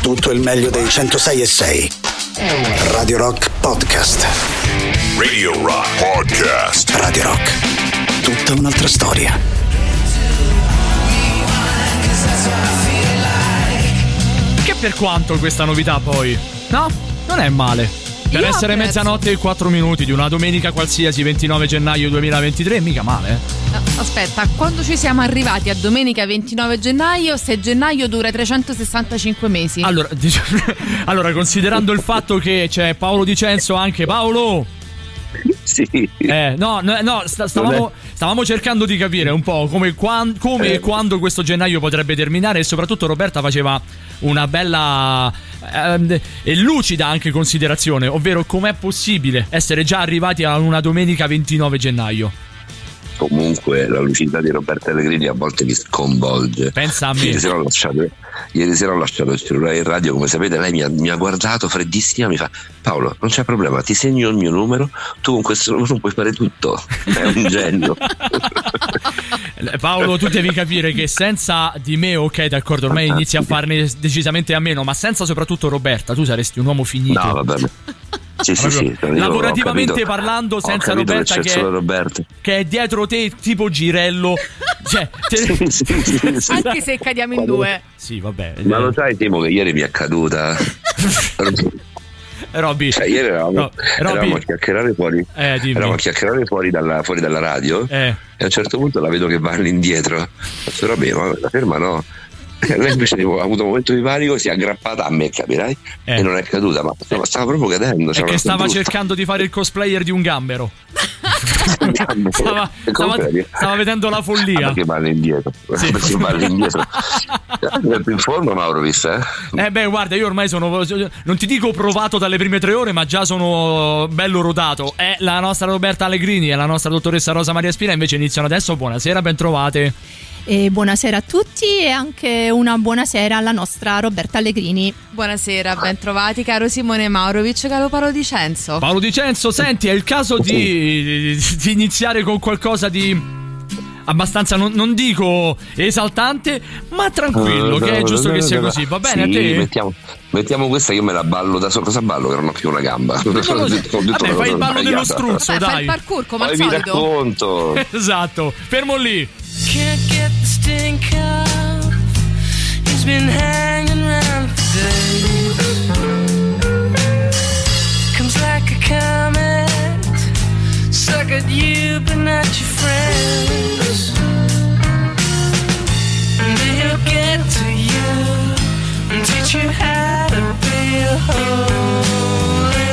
tutto il meglio dei 106.6. Radio Rock Podcast. Radio Rock Podcast. Radio Rock. Tutta un'altra storia. Che per quanto questa novità poi, no? Non è male. Per essere mezzanotte e 4 minuti di una domenica qualsiasi 29 gennaio 2023, mica male. Aspetta, quando ci siamo arrivati a domenica 29 gennaio, se gennaio dura 365 mesi. Allora, considerando il fatto che c'è Paolo Dicenzo, anche Paolo. Sì. Stavamo cercando di capire un po' come e quando questo gennaio potrebbe terminare, e soprattutto Roberta faceva una bella e lucida anche considerazione, ovvero com'è possibile essere già arrivati a una domenica 29 gennaio. Comunque la lucidità di Roberta Allegrini a volte mi sconvolge. Pensa a me. Ieri sera ho lasciato il cellulare in radio, come sapete lei mi ha guardato freddissima, mi fa: Paolo, non c'è problema, ti segno il mio numero, tu con questo numero puoi fare tutto. È un genio. Paolo, tu devi capire che senza di me, ok, d'accordo, ormai inizi a farne decisamente a meno, ma senza soprattutto Roberta tu saresti un uomo finito. No, vabbè. Sì. Lavorativamente parlando, senza Roberta che è dietro te tipo girello. Cioè, sì. Anche se cadiamo in due. Sì, vabbè. Ma lo sai, Timo, che ieri mi è accaduta. Robby, cioè, ieri eravamo a chiacchierare fuori. Eravamo a chiacchierare fuori dalla radio. E a un certo punto la vedo che va all'indietro. Faccio: Robby, ma la ferma no. Lei invece ha avuto un momento di panico, si è aggrappata a me, capirai? E non è caduta, ma stava proprio cadendo. Perché stava cercando di fare il cosplayer di un gambero. stava vedendo la follia. Perché va all'indietro? Sì. Perché va all'indietro? È più in forma, Maurovis, beh, guarda, io ormai sono, non ti dico provato dalle prime 3 ore, ma già sono bello rodato. La nostra Roberta Allegrini e la nostra dottoressa Rosa Maria Spina invece iniziano adesso. Buonasera, ben trovate. E buonasera a tutti, e anche una buonasera alla nostra Roberta Allegrini. Buonasera, ben trovati caro Simone Maurovic, caro Paolo Dicenzo. Paolo Dicenzo, senti, è il caso di iniziare con qualcosa di abbastanza, non dico esaltante, ma tranquillo, che è giusto che sia così. Va bene, sì, a te? Mettiamo questa, io me la ballo da solo. Cosa ballo? Che non ho più una gamba. Vabbè, fai il ballo dello struzzo, dai. Fai il parkour come al solito. Vi racconto. Esatto, fermo lì. Can't get the stink out. He's been hanging around for days. Comes like a comet. Suck at you but not your friends. And he'll get to you and teach you how to be a holy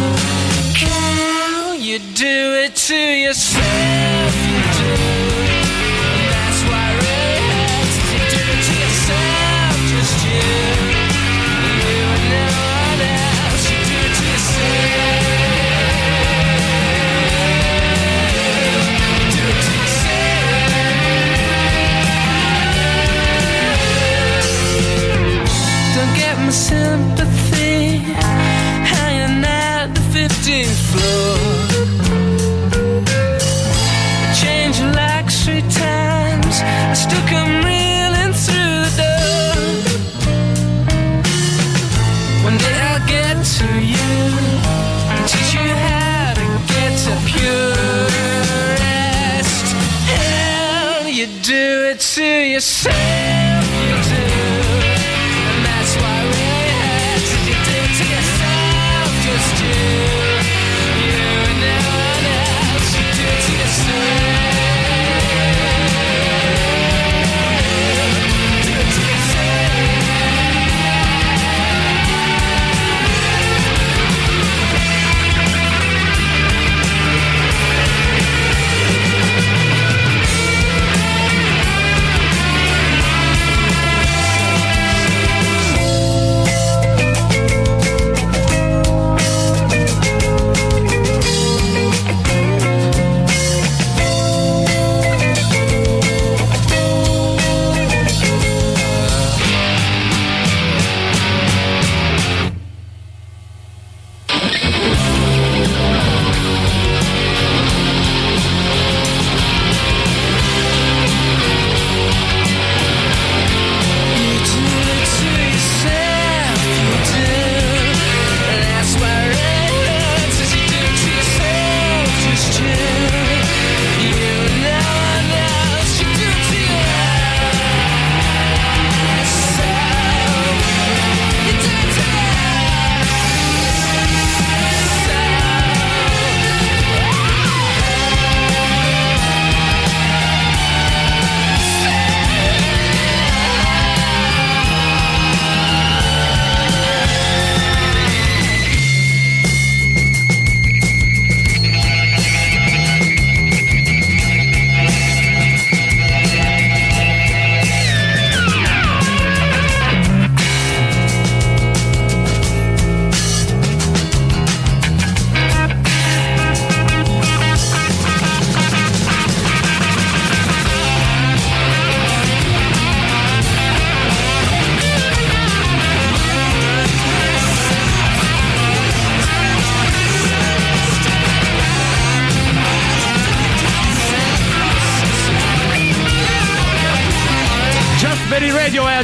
cow. You do it to yourself, you do. My sympathy hanging at the 15th floor. I changed your locks 3 times. I still come reeling through the door. One day I'll get to you and teach you how to get to pure rest. Hell, you do it to yourself, you do. Just you and no one else. You do it to yourself. Do it to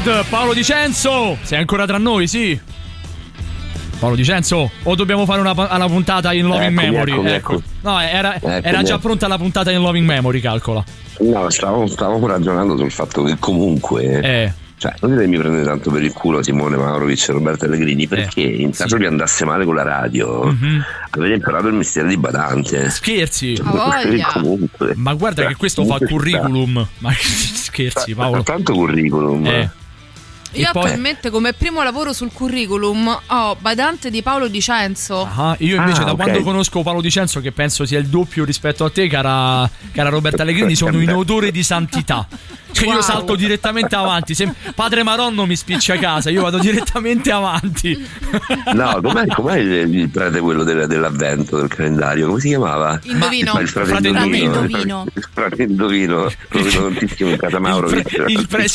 Fred, Paolo Dicenzo, sei ancora tra noi, sì? Paolo Dicenzo, o dobbiamo fare una puntata in Loving Memory? Ecco. No, era già pronta la puntata in Loving Memory, calcola. No, stavamo ragionando sul fatto che comunque cioè, non mi prende tanto per il culo Simone Maurovic e Roberto Allegrini, perché in caso vi andasse male con la radio avete imparato il mestiere di badante. Scherzi? Comunque, ma guarda che questo fa curriculum. Ma scherzi, Paolo? Tanto curriculum. Io attualmente come primo lavoro sul curriculum ho badante di Paolo Dicenzo. Io invece da quando conosco Paolo Dicenzo, che penso sia il doppio rispetto a te, cara Roberta Allegrini, sono in odore di santità. Cioè io salto direttamente avanti. Se Padre Maronno mi spiccia a casa, io vado direttamente avanti. No, com'è il prete quello dell'avvento, del calendario? Come si chiamava? Indovino. Il frate Indovino. Il frate Indovino. Lo vedo tantissimo in casa Maurovic.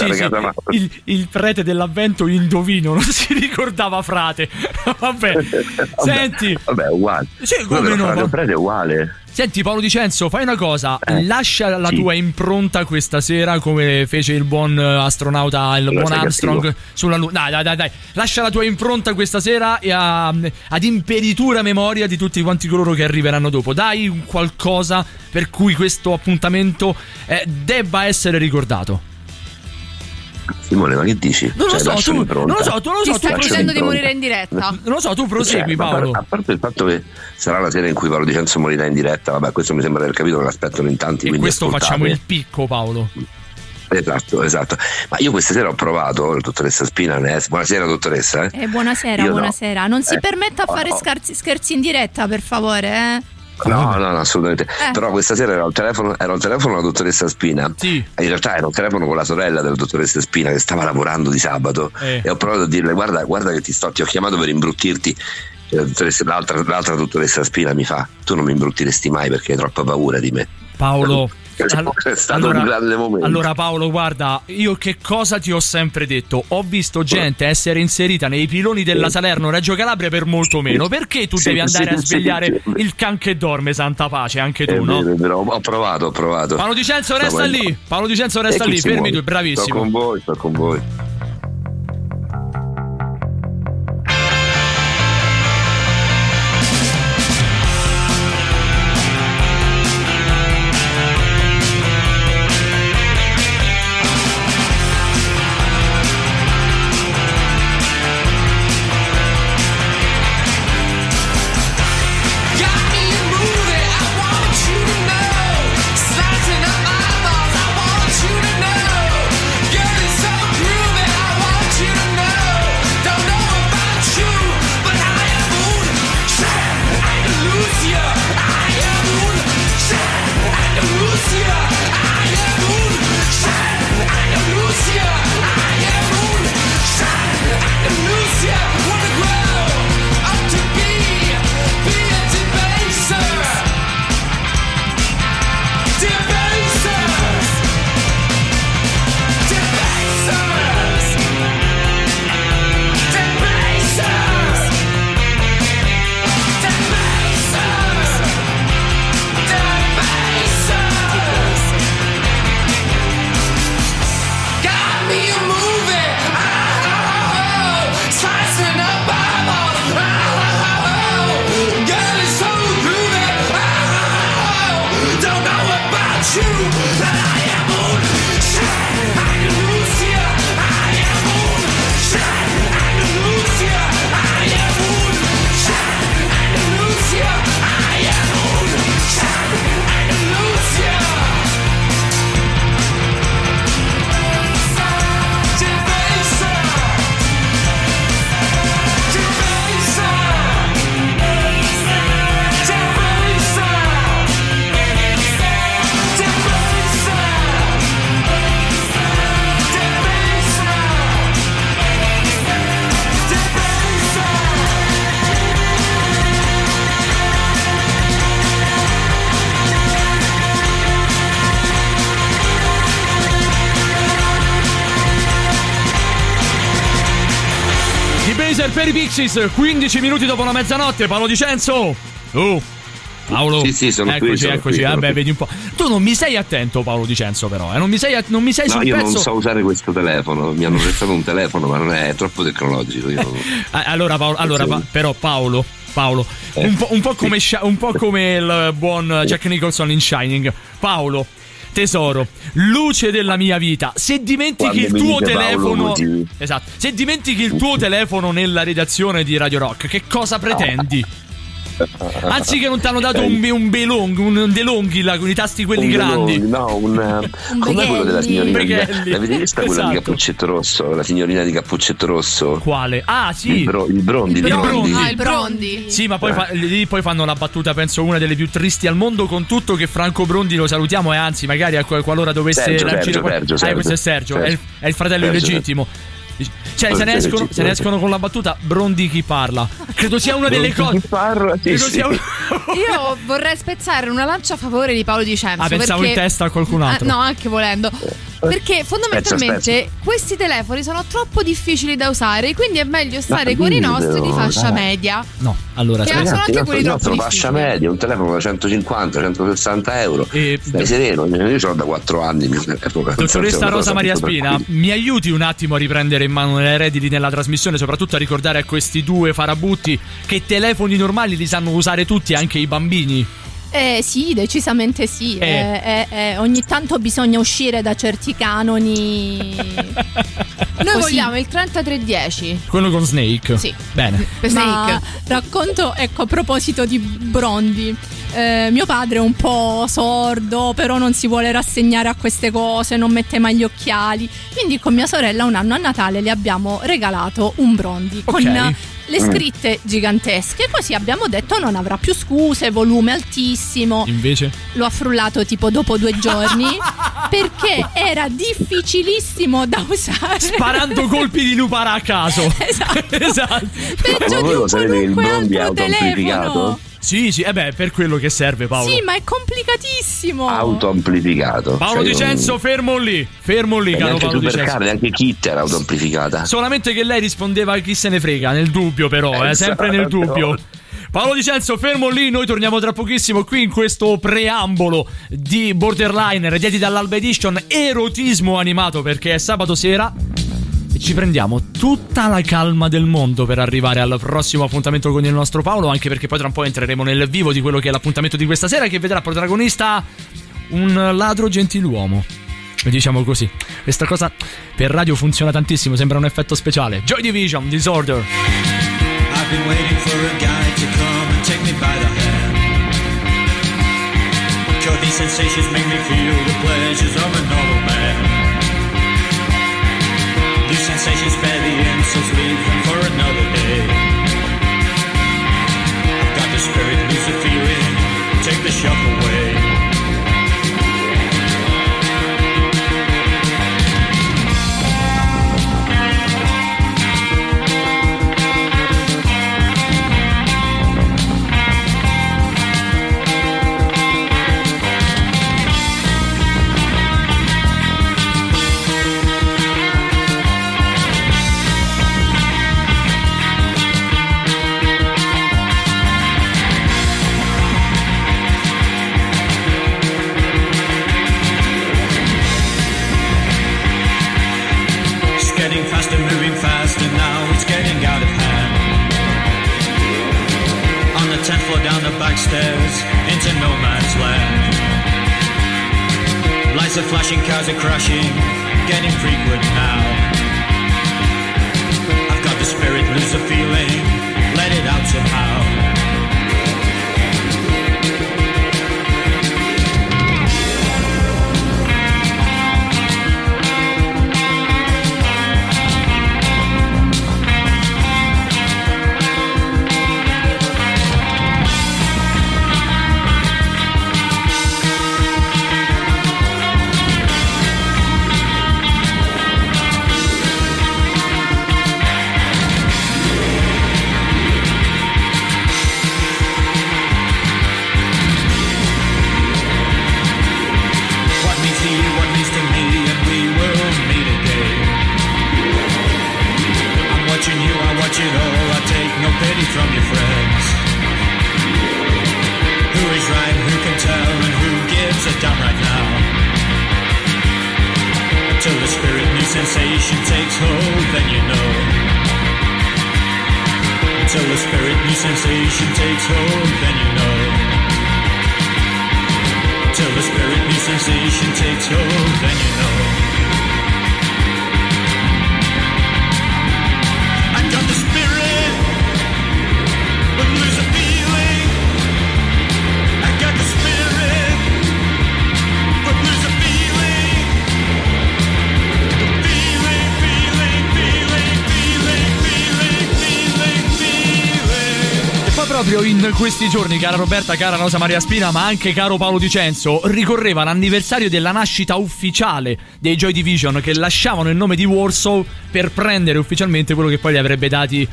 Il prete dell'avvento Indovino, non si ricordava frate. Vabbè. Senti. Vabbè, è uguale. Sì, come no? Il prete è uguale. Senti Paolo Dicenzo, fai una cosa, lascia la tua impronta questa sera, come fece il buon astronauta, il buon Armstrong sulla Luna. Dai, lascia la tua impronta questa sera e ad imperitura memoria di tutti quanti coloro che arriveranno dopo. Dai un qualcosa per cui questo appuntamento debba essere ricordato. Simone, ma che dici? Non lo so, tu Ti stai dicendo di morire in diretta. Non lo so, tu prosegui, Paolo. A parte il fatto che sarà la sera in cui Paolo Dicenzo morirà in diretta, vabbè, questo mi sembra di aver capito, che l'aspettano in tanti. E questo facciamo il picco, Paolo. Esatto. Ma io questa sera ho provato, la dottoressa Spina. Buonasera, dottoressa. Buonasera. Non si permetta a fare scherzi in diretta, per favore, No, assolutamente. Però questa sera era un telefono la dottoressa Spina. Sì. In realtà era un telefono con la sorella della dottoressa Spina che stava lavorando di sabato. E ho provato a dirle: guarda che ti ho chiamato per imbruttirti. L'altra dottoressa Spina mi fa: tu non mi imbruttiresti mai perché hai troppa paura di me. Paolo, è stato un grande momento. Allora Paolo, guarda, io che cosa ti ho sempre detto? Ho visto gente essere inserita nei piloni della Salerno Reggio Calabria per molto meno. Perché tu devi andare a svegliare il can che dorme, santa pace, anche tu, no? Ho provato. Paolo Dicenzo resta lì. Fermi tu, bravissimo. Sto con voi. Per i Pixies, 15 minuti dopo la mezzanotte. Paolo Dicenzo, Paolo, sì, sono eccoci. qui. Vabbè, vedi un po'. Tu non mi sei attento, Paolo Dicenzo, però. Non mi sei sul pezzo. Io non so usare questo telefono. Mi hanno prestato un telefono, ma non è troppo tecnologico. Allora, Paolo. Un po' come il buon Jack Nicholson in Shining. Paolo, tesoro, luce della mia vita, se dimentichi il tuo telefono, esatto, se dimentichi il tuo telefono nella redazione di Radio Rock, che cosa pretendi? Anziché non ti hanno dato un DeLonghi là, con i tasti quelli grandi. Come quello della signorina. L'avete vista quella di Cappuccetto Rosso? La signorina di Cappuccetto Rosso. Quale? Ah, sì. Il Brondi. Il Brondi. Sì, ma poi lì poi fanno la battuta, penso una delle più tristi al mondo, con tutto che Franco Brondi lo salutiamo, e anzi magari qualora dovesse Sergio. Questo è Sergio, è il fratello illegittimo. Cioè, se ne escono con la battuta Brondi chi parla. Credo sia una delle cose. Io vorrei spezzare una lancia a favore di Paolo Dicenzo. Pensavo in testa a qualcun altro. No, anche volendo. Perché fondamentalmente questi telefoni sono troppo difficili da usare, quindi è meglio stare con i nostri di fascia media. No, allora che sono anche quelli troppo difficili. Fascia media, un telefono da 150-160 euro. Stai sereno, io ce l'ho da 4 anni. Dottoressa Rosa Maria Spina, mi aiuti un attimo a riprendere in mano le redini nella trasmissione, soprattutto a ricordare a questi due farabutti che telefoni normali li sanno usare tutti, anche i bambini. Sì, decisamente sì. Ogni tanto bisogna uscire da certi canoni. Noi vogliamo il 3310. Quello con Snake. Sì. Bene. Ma racconto, ecco, a proposito di Brondi. Mio padre è un po' sordo, però non si vuole rassegnare a queste cose, non mette mai gli occhiali. Quindi con mia sorella un anno a Natale le abbiamo regalato un Brondi con le scritte gigantesche, così abbiamo detto non avrà più scuse, volume altissimo. Invece lo ha frullato tipo dopo 2 giorni perché era difficilissimo da usare, sparando colpi di lupara a caso. Esatto. Peggio di un qualunque altro telefono. Sì, per quello che serve, Paolo. Sì, ma è complicatissimo. Autoamplificato. Paolo Dicenzo, fermo lì, caro Paolo Dicenzo. Anche Kit era autoamplificata. Solamente che lei rispondeva chi se ne frega, nel dubbio però, sempre nel dubbio. Paolo Dicenzo, fermo lì, noi torniamo tra pochissimo qui in questo preambolo di Borderliner, redigiti dall'Alba Edition, erotismo animato, perché è sabato sera. Ci prendiamo tutta la calma del mondo per arrivare al prossimo appuntamento con il nostro Paolo, anche perché poi tra un po' entreremo nel vivo di quello che è l'appuntamento di questa sera, che vedrà protagonista un ladro gentiluomo, diciamo così. Questa cosa per radio funziona tantissimo, sembra un effetto speciale. Joy Division, Disorder. I've been waiting for a guy to come and take me by the hand. Sure, these sensations make me feel the pleasures of a normal man. New sensations spare the insults, leave them for another day. I've got the spirit, lose the feeling, take the shock away. Faster, moving faster, now it's getting out of hand. On the 10th floor, down the back stairs, into no man's land. Lights are flashing, cars are crashing, getting frequent now. I've got the spirit, lose the feeling, let it out somehow. From your friends, who is sensation takes hold, then you know. Till the spirit new sensation takes hold, then you know. Till the spirit new sensation takes hold, then you know. I got the spirit, but lose a feeling. I got the spirit, but lose a feeling. Feeling, feeling, feeling, feeling, feeling, feeling, feeling. E poi proprio in questi giorni, cara Roberta, cara Rosa Maria Spina, ma anche caro Paolo Dicenzo, ricorreva l'anniversario della nascita ufficiale dei Joy Division, che lasciavano il nome di Warsaw per prendere ufficialmente quello che poi li avrebbe dati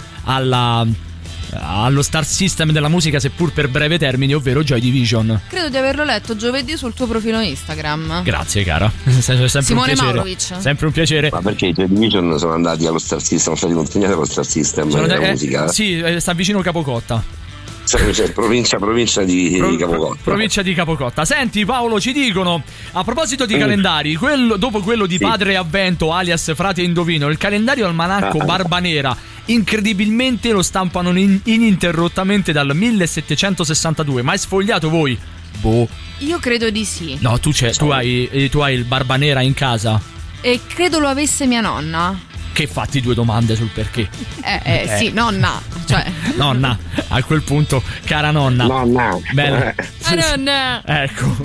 allo Star System della musica, seppur per breve termine, ovvero Joy Division. Credo di averlo letto giovedì sul tuo profilo Instagram. Grazie, cara. Sempre Simone un piacere. Maurovic. Sempre un piacere. Ma perché i Joy Division sono andati allo Star System, sono stati consegnati allo Star System della musica? Sì, sta vicino Capocotta. Cioè, provincia di Capocotta. Provincia di Capocotta. Senti Paolo, ci dicono, a proposito di calendari, dopo quello di Padre Avvento alias Frate Indovino, il calendario almanacco Barba Nera incredibilmente lo stampano ininterrottamente dal 1762. Ma hai sfogliato voi? Boh. Io credo di sì. No, tu hai il Barba Nera in casa? E credo lo avesse mia nonna. Che fatti due domande sul perché. Sì, nonna. Cioè. Nonna, a quel punto, cara nonna. Nonna. Bella. Nonna. Ecco.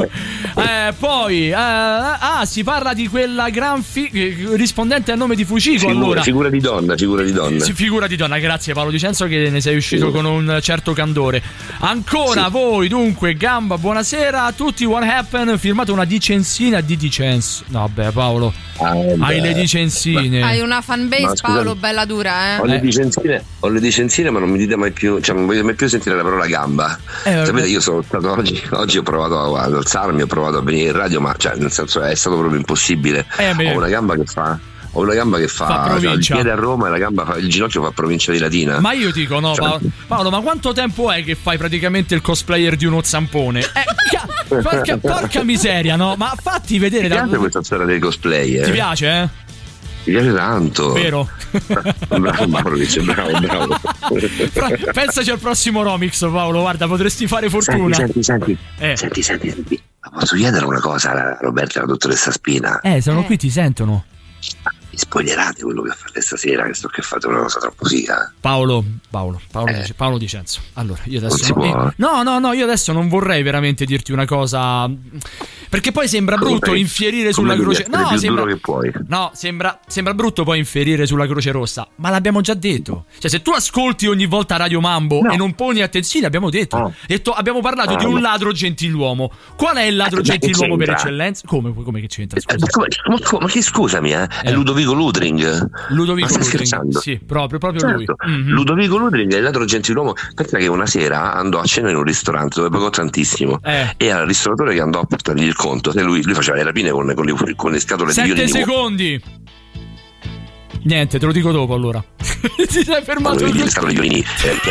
Poi si parla di quella gran rispondente al nome di Fucico. Allora, figura di donna. Figura di donna, grazie Paolo Dicenzo, che ne sei uscito con un certo candore. Ancora voi, dunque, Gamba, buonasera a tutti. What Happened, firmato una dicensina di Dicenzo. No, beh, Paolo, hai le dicensine. Hai una fanbase, Paolo, bella dura, Ho le dicensine, ma non mi dite mai più, cioè non voglio mai più sentire la parola gamba. Sapete, io sono stato oggi ho provato ad alzarmi, ho provato a venire in radio, ma cioè nel senso è stato proprio impossibile. Ho una gamba che fa cioè, il piede a Roma e il ginocchio fa provincia di Latina. Ma io dico, no, Paolo, ma quanto tempo è che fai praticamente il cosplayer di uno zampone? Porca miseria, no? Ma fatti vedere. Mi piace questa storia dei cosplayer. Ti piace, Mi piace tanto. Vero? Bravo Maurovic, bravo. Pensaci al prossimo Romix, Paolo, guarda, potresti fare fortuna. Senti. Ma posso chiedere una cosa a Roberta e alla dottoressa Spina? Sono qui, ti sentono. Mi spoilerate quello che fate stasera, che fate una cosa troppo figa. Paolo Dicenzo. Allora, io adesso non si può. No, io adesso non vorrei veramente dirti una cosa, perché poi sembra brutto infierire sulla croce. Sembra brutto poi infierire sulla Croce Rossa, ma l'abbiamo già detto. Cioè, se tu ascolti ogni volta Radio Mambo e non poni attenzione, abbiamo detto. Abbiamo parlato di un ladro gentiluomo. Qual è il ladro gentiluomo per eccellenza? Come che c'entra? Scusa. Ma che scusami, è Ludovico Ludring. Ma stai scherzando? Sì, proprio certo. Lui. Mm-hmm. Ludovico Ludring è il ladro gentiluomo. Pensa che una sera andò a cena in un ristorante dove pagò tantissimo e al ristoratore che andò a portargli il conto, se lui faceva le rapine con le scatole 7 di violini. 7 secondi. Niente, te lo dico dopo allora. Ti sei fermato. Le scatole di violini.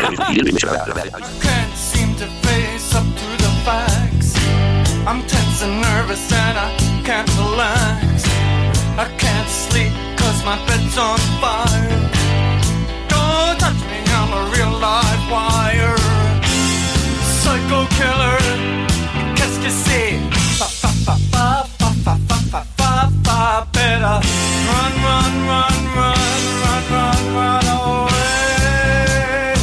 I'm tense and nervous and I can't relax. I can't sleep 'cause my bed's on fire. Don't touch me, I'm a real live wire. Psycho killer, qu'est-ce que c'est? Fa fa fa fa fa fa fa fa fa fa. Better run away.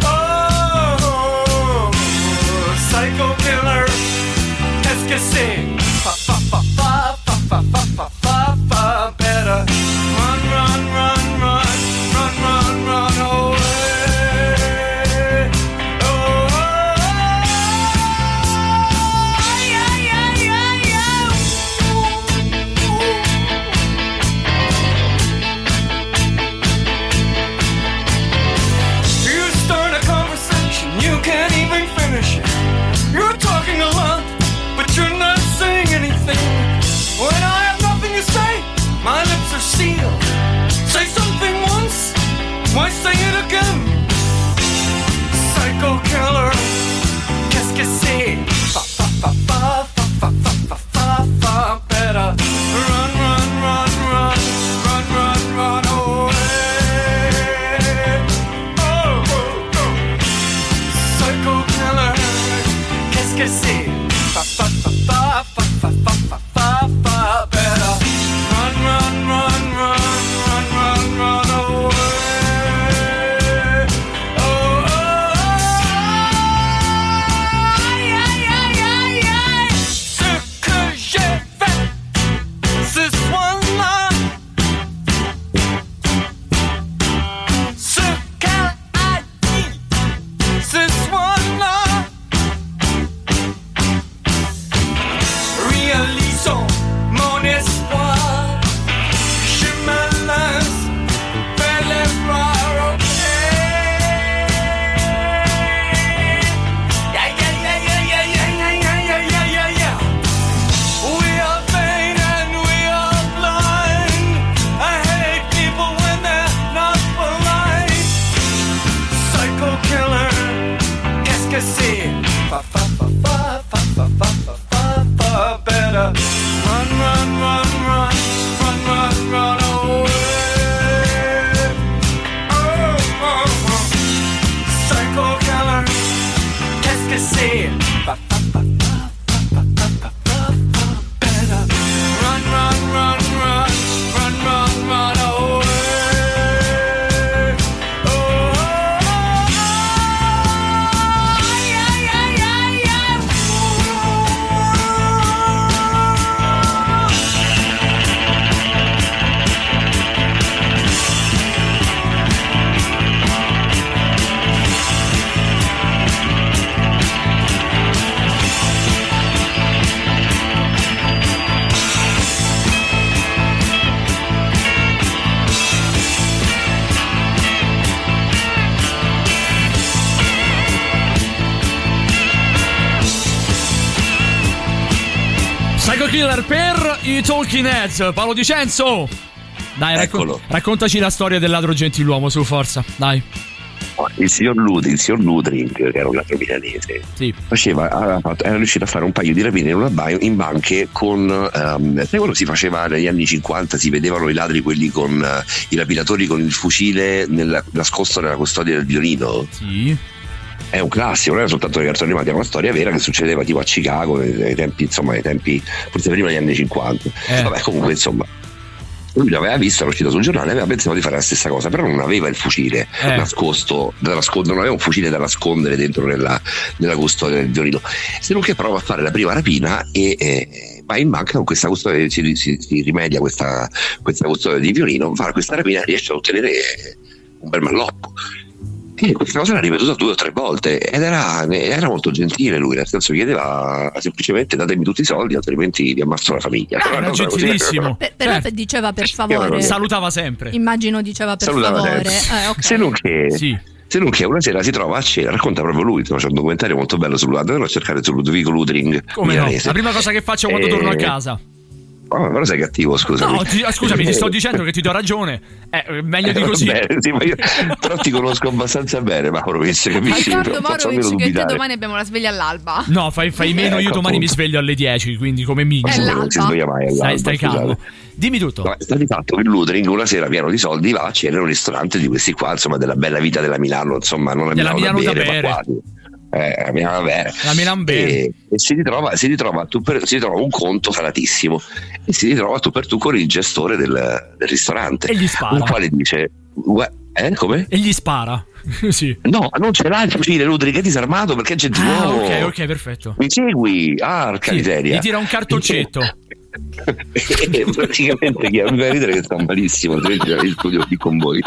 Oh, psycho killer, qu'est-ce que c'est? Fa fa fa fa fa fa fa fa fa fa. Better run away. Oh, yeah. que say, better run, run, run, run, run, run, run away. Psycho Killer per i Talking Heads. Paolo Di Cenzo, dai, raccontaci la storia del ladro gentiluomo, su, forza, dai. Il signor Ludring, che era un ladro milanese, sì, era riuscito a fare un paio di rapine in banche con sai quello si faceva negli anni 50, si vedevano i ladri, quelli con i rapinatori con il fucile nascosto nella custodia del violino. Sì. È un classico, non era soltanto dei cartoni animati, è una storia vera che succedeva tipo a Chicago nei tempi forse prima degli anni 50. Vabbè, comunque insomma, lui l'aveva visto, era uscito sul giornale, aveva pensato di fare la stessa cosa, però non aveva il fucile nascosto, non aveva un fucile da nascondere dentro nella custodia del violino, se non che prova a fare la prima rapina e va in banca con questa custodia, si rimedia questa custodia di violino, fa questa rapina e riesce a ottenere un bel malloppo. E questa cosa l'ha ripetuta 2 o 3 volte ed era molto gentile lui, nel senso chiedeva semplicemente datemi tutti i soldi altrimenti vi ammazzo la famiglia. Era gentilissimo. Però diceva per favore, salutava sempre, immagino diceva per favore. Okay. Se non che una sera si trova a cena, racconta proprio lui, c'è un documentario molto bello andate a cercare su Ludovico Ludring. Come no? La prima cosa che faccio quando torno a casa. Oh, però sei cattivo, scusami. No, scusami, ti sto dicendo che ti do ragione. Meglio di così. Sì, ma io però ti conosco abbastanza bene, Maurovic, capisci? Ricordo, Maurovic, che te domani abbiamo la sveglia all'alba. No, fai meno, io domani mi sveglio alle 10, quindi come minimo. Non si sveglia mai all'alba. Stai calmo. Dimmi tutto. No, sta di fatto che Ludring una sera pieno di soldi va a cena in un ristorante di questi qua, insomma, della bella vita della Milano, insomma, non della Milano Milano da bere, ma quasi. La Milan bene. E si ritrova un conto falatissimo e si ritrova tu per tu con il gestore del ristorante, e gli spara, il quale dice come? E gli spara. Sì. No, non ce l'ha il fucile Ludring, è disarmato perché è gentiluomo. Ok, perfetto. Mi segui? Arca miseria. Gli tira un cartoncetto. Praticamente mi fa ridere che sta malissimo, il studio qui con voi.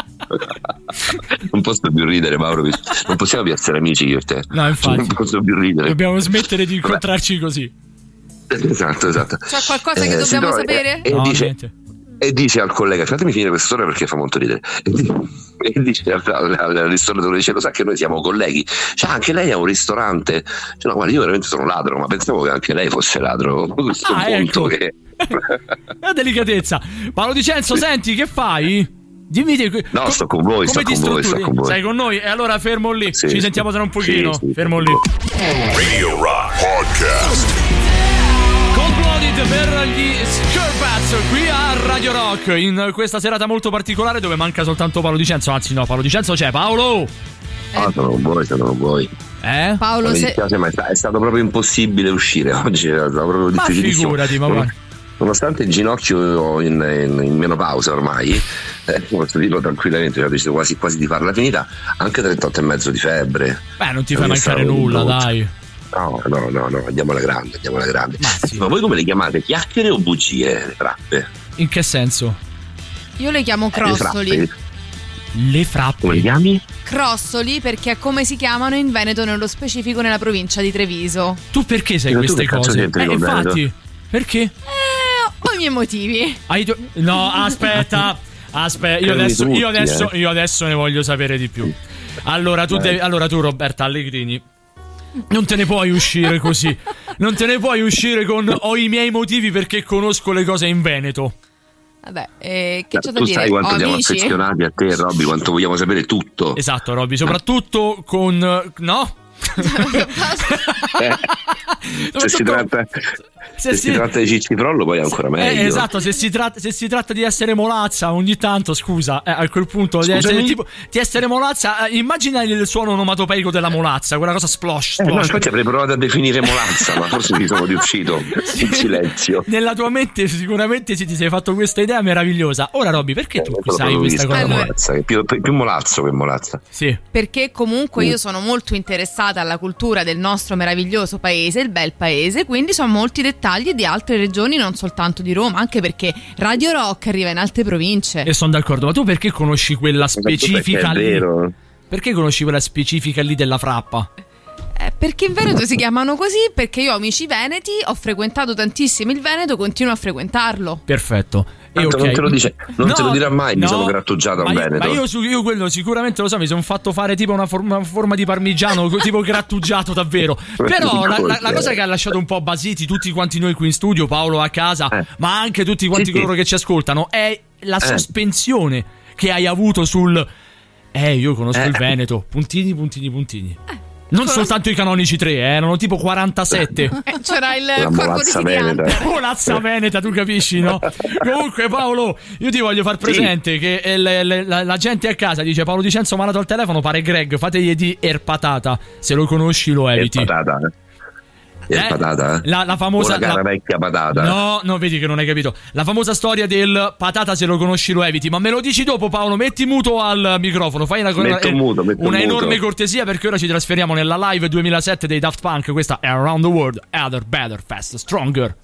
Non posso più ridere, Mauro, non possiamo più essere amici io e te. No, infatti non posso più ridere, dobbiamo smettere di incontrarci così. Esatto. C'è qualcosa che dobbiamo sapere? E dice al collega fatemi finire questa storia perché fa molto ridere, e dice al ristoratore, dice lo sa che noi siamo colleghi, cioè anche lei ha un ristorante, cioè, no, guarda, io veramente sono ladro, ma pensavo che anche lei fosse ladro. Questo punto ecco. Che la delicatezza. Paolo Di Cenzo, senti, che fai? Dimmi no, sto con voi. Sei con noi? E allora fermo lì, ci sentiamo tra un pochino. Fermo lì. Radio Rock Podcast. Cold-Blooded per gli Scarpats qui a Radio Rock in questa serata molto particolare dove manca soltanto Paolo Di Cenzo. Anzi no, Paolo Di Cenzo c'è. Paolo! Sono con voi. Paolo, mi dispiace, ma è stato proprio impossibile uscire oggi, è stato proprio difficilissimo. Ma figurati, ma nonostante il ginocchio in menopausa ormai, posso dirlo tranquillamente, ho deciso quasi di farla finita, anche 38,5 di febbre. Beh, non ti fa mancare nulla, dai. No, andiamo alla grande. Ma voi come le chiamate? Chiacchiere o bugie, le frappe? In che senso? Io le chiamo crossoli. Le frappe? Come le chiami? Crossoli, perché è come si chiamano in Veneto, nello specifico nella provincia di Treviso. Tu perché sai queste cose? Infatti, perché? Ho i miei motivi. No, aspetta, io adesso ne voglio sapere di più. Allora tu Roberta Allegrini, non te ne puoi uscire così. Non te ne puoi uscire con ho i miei motivi perché conosco le cose in Veneto. Vabbè, che c'è da dire? Tu sai quanto siamo affezionati a te, Robby, quanto vogliamo sapere tutto. Esatto, Robby, soprattutto con... No? Se si tratta di Cicciprollo poi è ancora meglio. Esatto, se si tratta di essere Molazza ogni tanto, scusa, a quel punto di essere Molazza, immagina il suono onomatopeico della Molazza, quella cosa splosh. No, infatti avrei provato a definire Molazza, ma forse mi sono riuscito in silenzio. Nella tua mente sicuramente ti sei fatto questa idea meravigliosa. Ora Robby, perché tu sai questa cosa? Molazza, più Molazzo che Molazza. Sì. Perché comunque io sono molto interessata alla cultura del nostro meraviglioso paese, il bel paese, quindi sono molti dettagli di altre regioni, non soltanto di Roma, anche perché Radio Rock arriva in altre province. E sono d'accordo, ma tu perché conosci quella specifica lì? Vero. Perché conosci quella specifica lì della Frappa? Perché in Veneto si chiamano così, perché io ho amici veneti, ho frequentato tantissimo il Veneto, continuo a frequentarlo. Perfetto. Non te lo dice, te lo dirà mai, mi sono grattugiato a Veneto. Ma io quello sicuramente lo so, mi sono fatto fare tipo una forma di parmigiano, tipo grattugiato davvero. Però la cosa che ha lasciato un po' basiti tutti quanti noi qui in studio, Paolo a casa, ma anche tutti quanti coloro che ci ascoltano, è la sospensione che hai avuto sul io conosco il Veneto, puntini. Non soltanto i canonici 3, erano tipo 47. C'era il corpo di Siriante. Molazza Veneta, tu capisci, no? Comunque Paolo, io ti voglio far presente che la gente a casa dice Paolo Dicenzo malato al telefono, pare Greg, fategli di Erpatata, se lo conosci lo eviti. Erpatata, patata, la famosa, una cara vecchia patata. No, vedi che non hai capito. La famosa storia del patata, se lo conosci lo eviti. Ma me lo dici dopo, Paolo. Metti muto al microfono. Fai una enorme cortesia, perché ora ci trasferiamo nella live 2007 dei Daft Punk. Questa è Around the World, Other, Better, Faster, Stronger.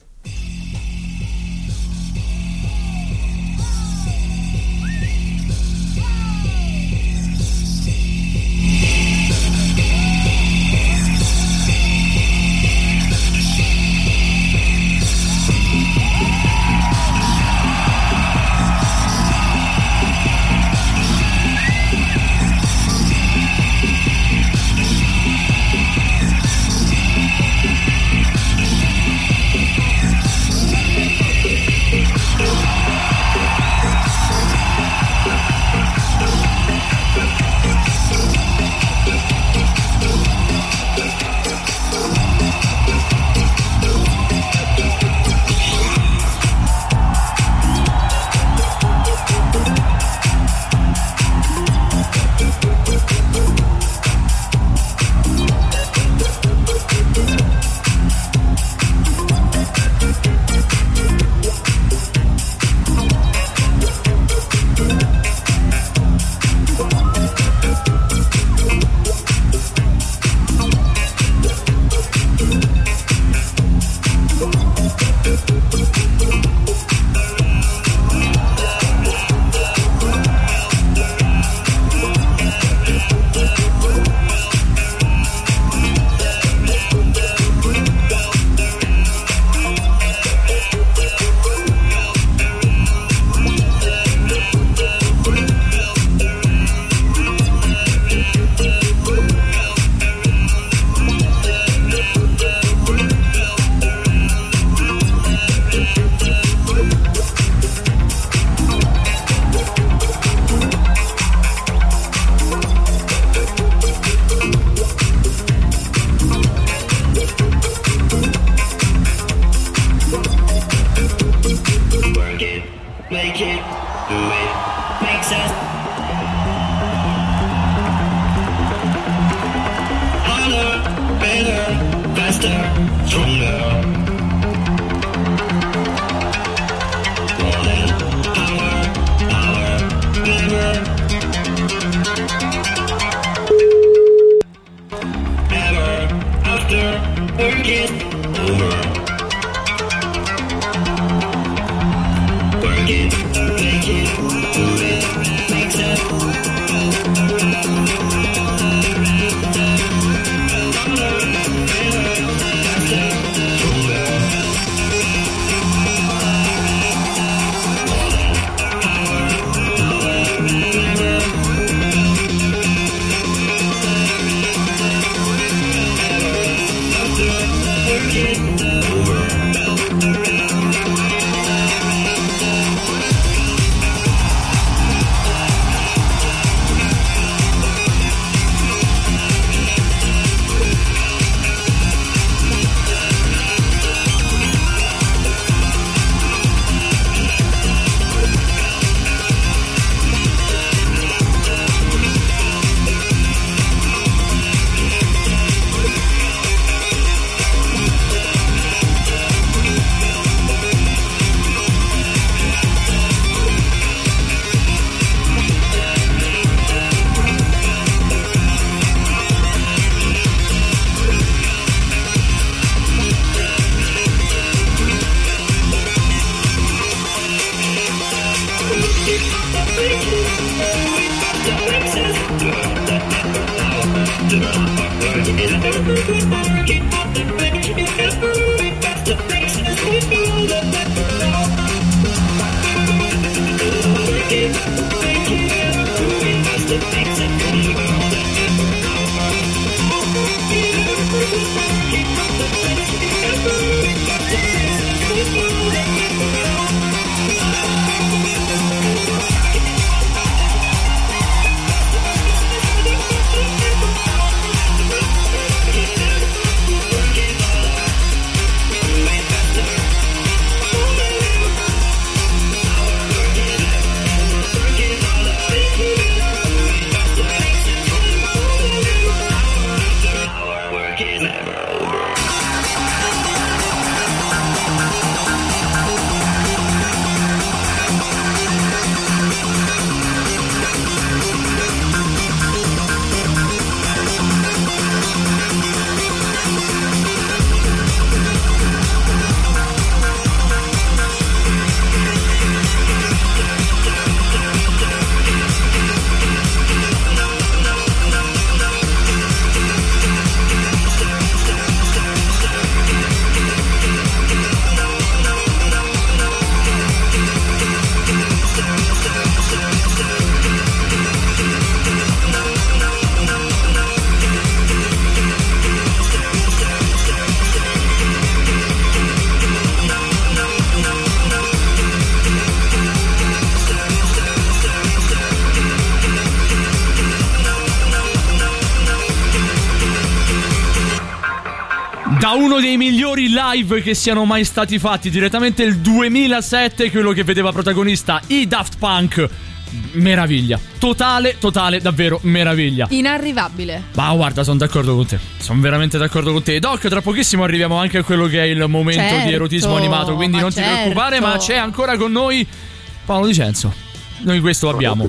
Da uno dei migliori live che siano mai stati fatti, direttamente il 2007, quello che vedeva protagonista i Daft Punk. Meraviglia, totale, davvero meraviglia. Inarrivabile. Ma guarda, sono d'accordo con te. Sono veramente d'accordo con te. Doc, tra pochissimo arriviamo anche a quello che è il momento di erotismo animato, quindi non ti preoccupare, ma c'è ancora con noi Paolo Di Cenzo. Noi questo abbiamo.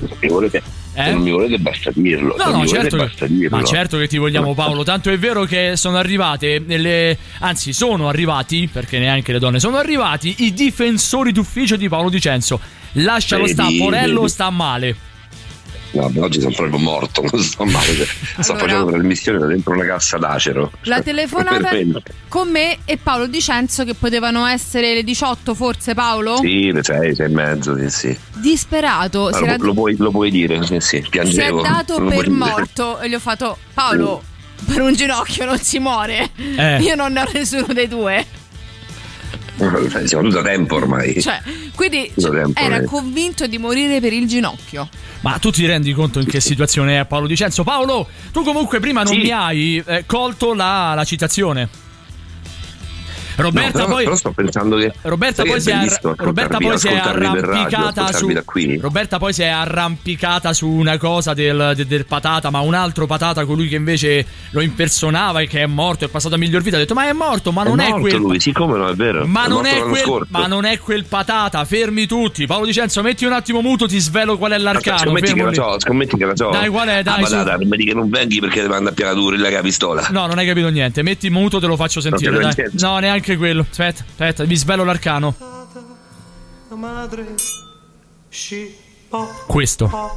Se non mi volete basta dirlo. No, ma certo che ti vogliamo, Paolo. Tanto è vero che sono arrivate sono arrivati, perché neanche le donne sono arrivati, i difensori d'ufficio di Paolo Di Cenzo. Lascialo sta, Porello sta male. No, oggi sono proprio morto, non sto male. Sto facendo trasmissione da dentro una cassa d'acero. La telefonata con me e Paolo Di Cenzo, che potevano essere le 18 forse, Paolo? Sì, le 6 e mezzo, sì. Disperato. Lo puoi dire, sì, piangevo. Si è dato per morto e gli ho fatto: Paolo, per un ginocchio non si muore. Io non ne ho nessuno dei due. Siamo tutti da tempo ormai. Quindi era convinto di morire per il ginocchio. Ma tu ti rendi conto in che situazione è Paolo Di Cenzo? Paolo, tu comunque prima non mi hai colto la citazione. Roberta, no, però sto pensando che Roberta poi si è arrampicata su una cosa del Patata, ma un altro Patata, colui che invece lo impersonava e che è morto, è passato a miglior vita. Ha detto: ma è morto, ma non è quel lui, siccome non è vero. Ma non è quel Patata. Fermi tutti. Paolo Di Cenzo, metti un attimo muto, ti svelo qual è l'arcano. Scommetti che la so. Dai, qual è? Dai, Patata, non mi dica che non vengi perché ti manda a pianatura la pistola. No, non hai capito niente. Metti muto, te lo faccio sentire. Dai. No, neanche quello. Aspetta, vi svelo l'arcano. Questo.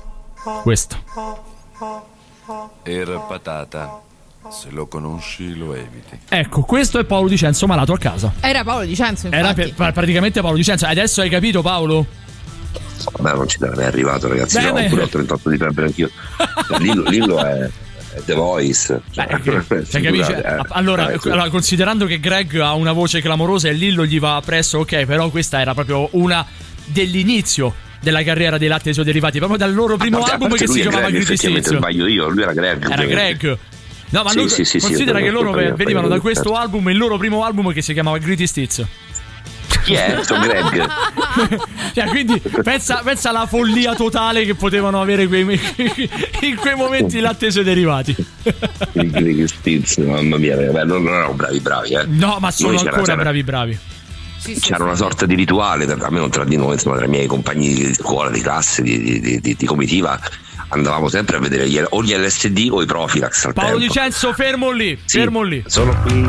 Era Patata. Se lo conosci lo eviti. Ecco, questo è Paolo Di Cenzo malato a casa. Era Paolo Di Cenzo, infatti. Era praticamente Paolo Di Cenzo. Adesso hai capito, Paolo? Beh, non ci deve mai arrivato, ragazzi. Ho pure 38 di febbre anch'io. Lillo è The Voice. Allora, considerando che Greg ha una voce clamorosa e Lillo gli va presso, ok, però questa era proprio una dell'inizio della carriera dei latte e suoi derivati, proprio dal loro primo album che si chiamava Gritty Stitz. Sbaglio io, lui era Greg. Era Greg. No, ma considera che loro venivano da questo album, il loro primo album che si chiamava Gritty Stitz. Chi è? Sono Greg. Quindi pensa alla follia totale che potevano avere in quei momenti latte e suoi derivati. Mamma mia, non erano bravi. No, ma sono ancora bravi. C'era una sorta di rituale, almeno tra di noi, insomma, tra i miei compagni di scuola, di classe, di comitiva. Andavamo sempre a vedere o gli LSD o i Profilax al Paolo tempo. Di Cenzo, fermo lì. Sono qui.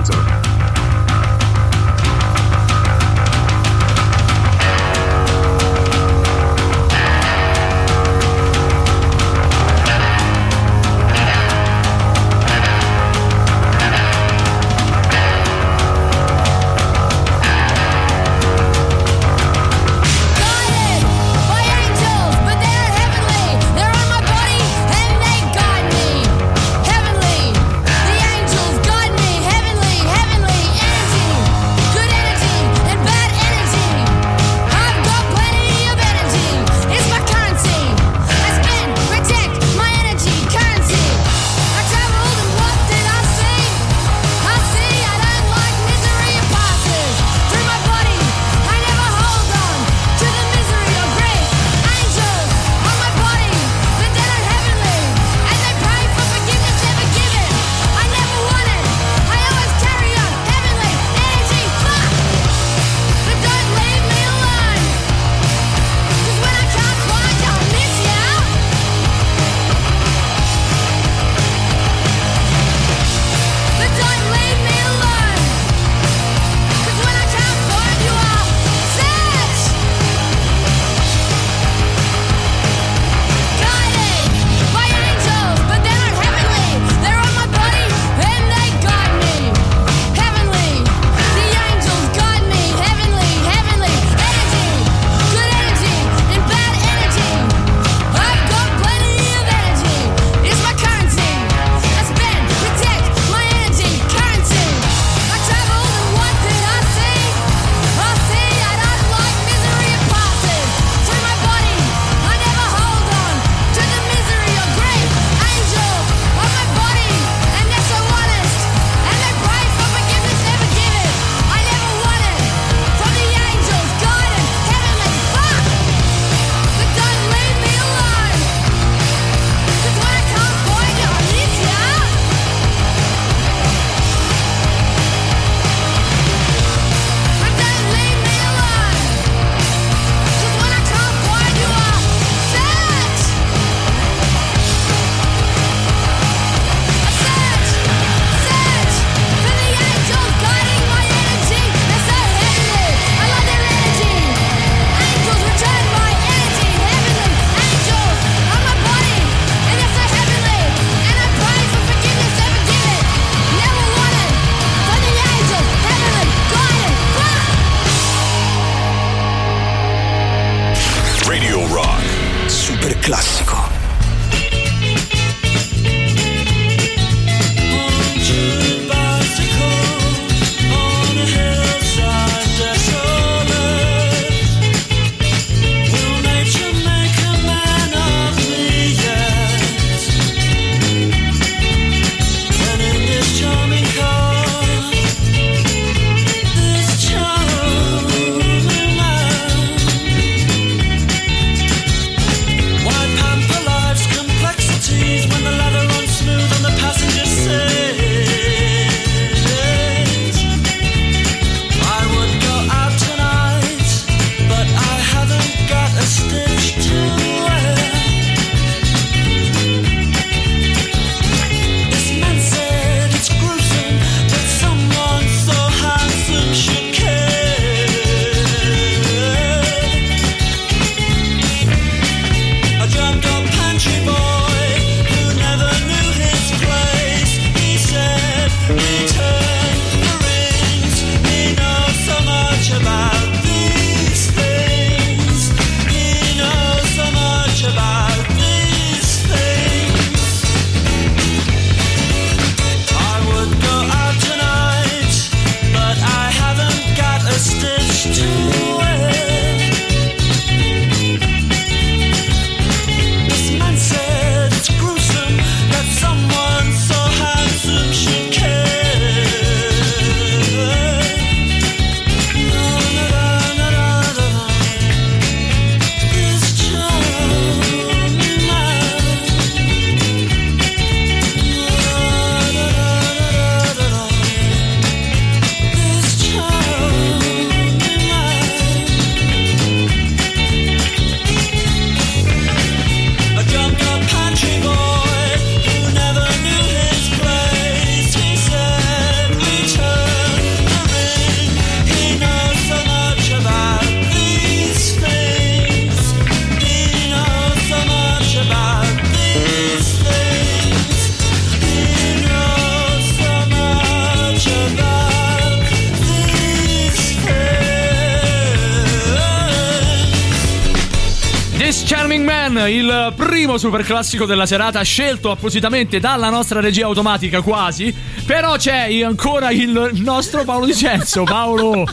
Man, il primo super classico della serata, scelto appositamente dalla nostra regia automatica quasi. Però c'è ancora il nostro Paolo Dicenzo. Paolo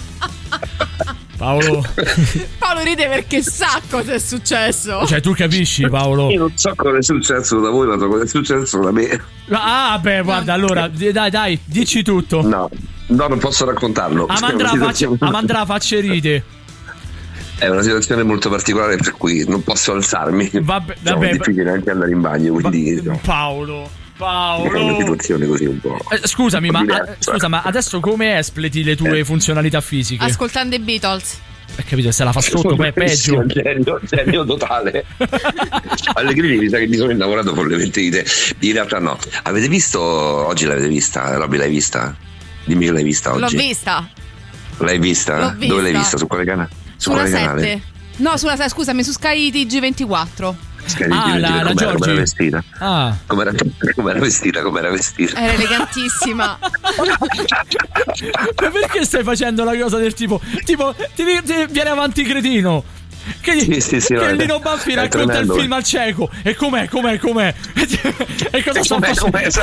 ride perché sa cosa è successo. Cioè, tu capisci, Paolo? Io non so cosa è successo da voi, ma so cosa è successo da me. Ah, beh, guarda, allora, dai, dici tutto. No, non posso raccontarlo. Amandrà facce ride. È una situazione molto particolare per cui non posso alzarmi. Vabbè, è difficile anche andare in bagno, quindi Paolo. È una situazione così un po'. Scusami, ma adesso come espleti le tue funzionalità fisiche? Ascoltando i Beatles. Capito, se la fa sotto poi è peggio. Genio totale. Allegrini mi sa che mi sono innamorato follemente di te. In realtà no. Avete visto? Oggi l'avete vista? Robby, l'hai vista? Dimmi che l'hai vista oggi. L'ho vista. L'hai vista? L'ho vista. Dove l'hai vista? Su quale canale? Sulla 7. No, scusami, su Sky TG24. La Giorgi. Com'era vestita? Com'era vestita? Era elegantissima. Ma perché stai facendo la cosa del tipo ti viene avanti cretino? Che Lino Banfi racconta il film al cieco. E com'è? E cosa sta facendo?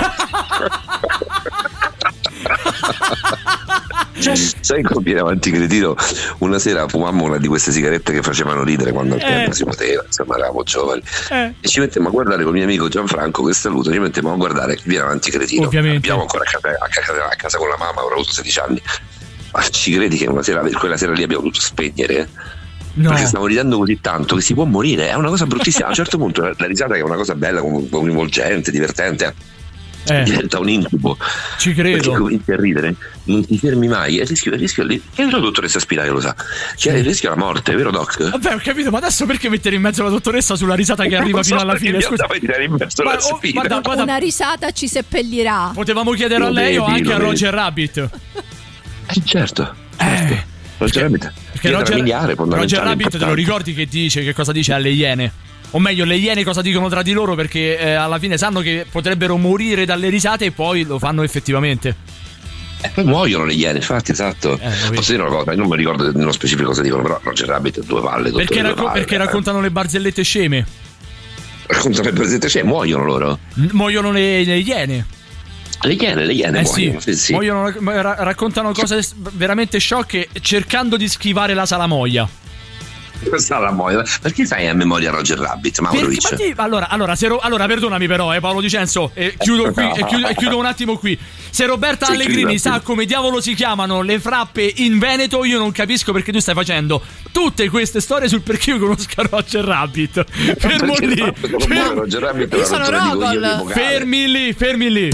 Sai come viene avanti cretino? Una sera fumammo una di queste sigarette che facevano ridere quando al tempo si poteva, insomma eravamo giovani, e ci mettemmo a guardare con mio amico Gianfranco, che saluto, ci mettemmo a guardare chi viene avanti cretino. Ovviamente. Abbiamo ancora a casa con la mamma, avrò avuto 16 anni, ma ci credi che quella sera lì abbiamo dovuto spegnere? No. Perché stavo ridendo così tanto che si può morire, è una cosa bruttissima. A un certo punto la risata, che è una cosa bella, coinvolgente, divertente, diventa un incubo. Ci credo. Perché cominci a ridere, non ti fermi mai, e il rischio lì, che la dottoressa Spira che lo sa, che il rischio è la morte, vero Doc? Vabbè, ho capito, ma adesso perché mettere in mezzo la dottoressa sulla risata che arriva fino alla fine? Scusa, in mezzo la Spira. Guarda, una risata ci seppellirà. Potevamo chiedere a lei o anche a Roger Rabbit. Certo. Roger Rabbit, perché Roger Rabbit te lo ricordi che dice, che cosa dice alle iene? O meglio, le iene cosa dicono tra di loro, perché alla fine sanno che potrebbero morire dalle risate e poi lo fanno effettivamente. Poi muoiono le iene, infatti, esatto. Posso dire una cosa, non mi ricordo nello specifico cosa dicono, però Roger Rabbit due palle. Perché raccontano le barzellette sceme. Raccontano le barzellette sceme, muoiono loro. Muoiono le iene. Le iene muoiono, sì. Muoiono, raccontano cose veramente sciocche cercando di schivare la salamoia. Salamoia, perché fai a memoria Roger Rabbit, Maurovic? Allora, perdonami però, Paolo Dicenzo, chiudo qui e chiudo un attimo qui. Se Roberta Allegrini sa come diavolo si chiamano le frappe in Veneto, io non capisco perché tu stai facendo tutte queste storie sul perché io conosco Roger Rabbit. Fermo lì. Roger Rabbit, io sono Rogol. Fermi lì.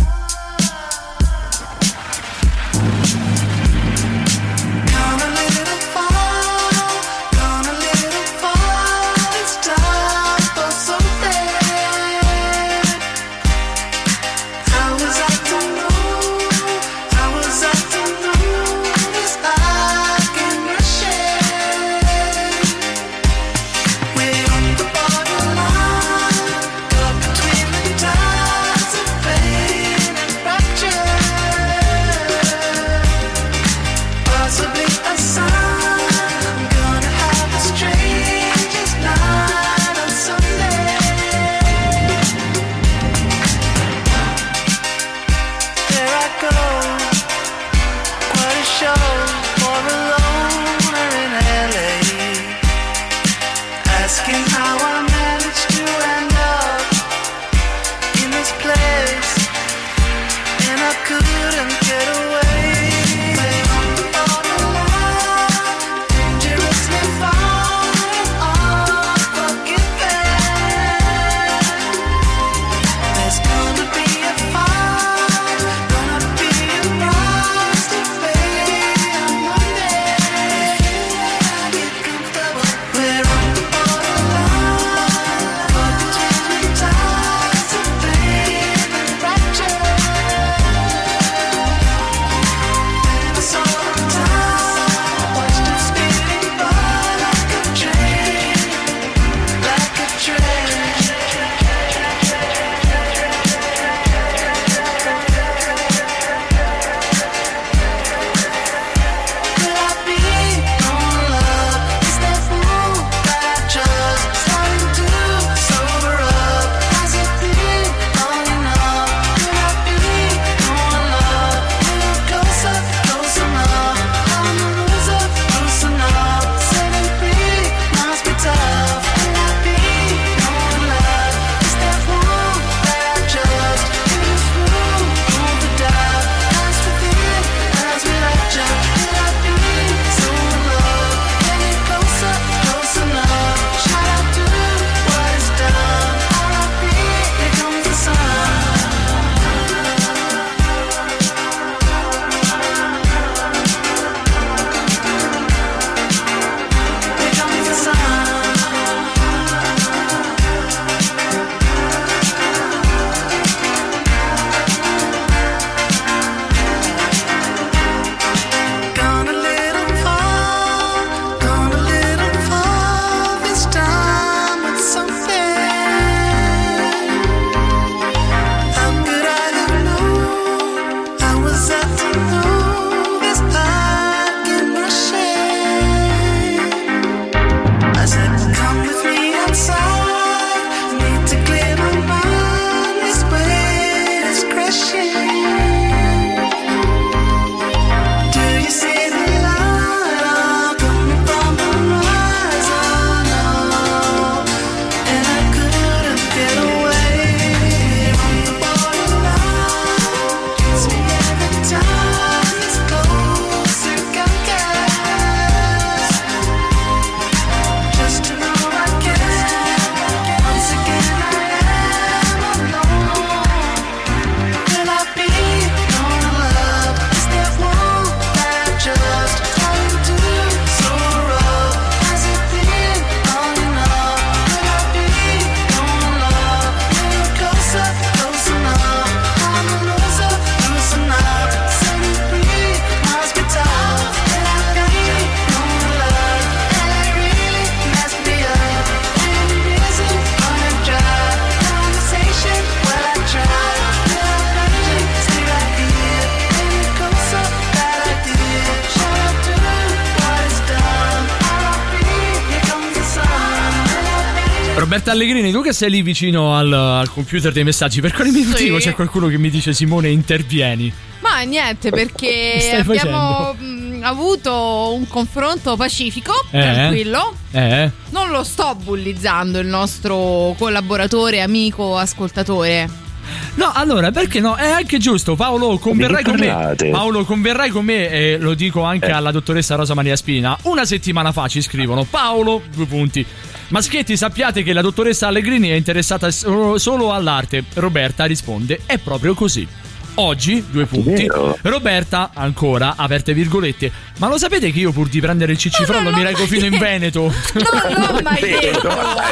Roberta Allegrini, tu che sei lì vicino al computer dei messaggi, per quale motivo c'è qualcuno che mi dice Simone intervieni? Ma niente, perché abbiamo avuto un confronto pacifico, tranquillo. Non lo sto bullizzando il nostro collaboratore, amico, ascoltatore. No, allora, perché no? È anche giusto, Paolo, converrai con me. Paolo, converrai con me, e lo dico anche alla dottoressa Rosa Maria Spina. Una settimana fa ci scrivono: Paolo, 2 punti. Maschietti, sappiate che la dottoressa Allegrini è interessata solo all'arte. Roberta risponde: è proprio così. Oggi, 2 punti. Roberta, ancora, aperte virgolette: ma lo sapete che io pur di prendere il cicifrollo mi reco fino in Veneto? Non l'ho mai detto.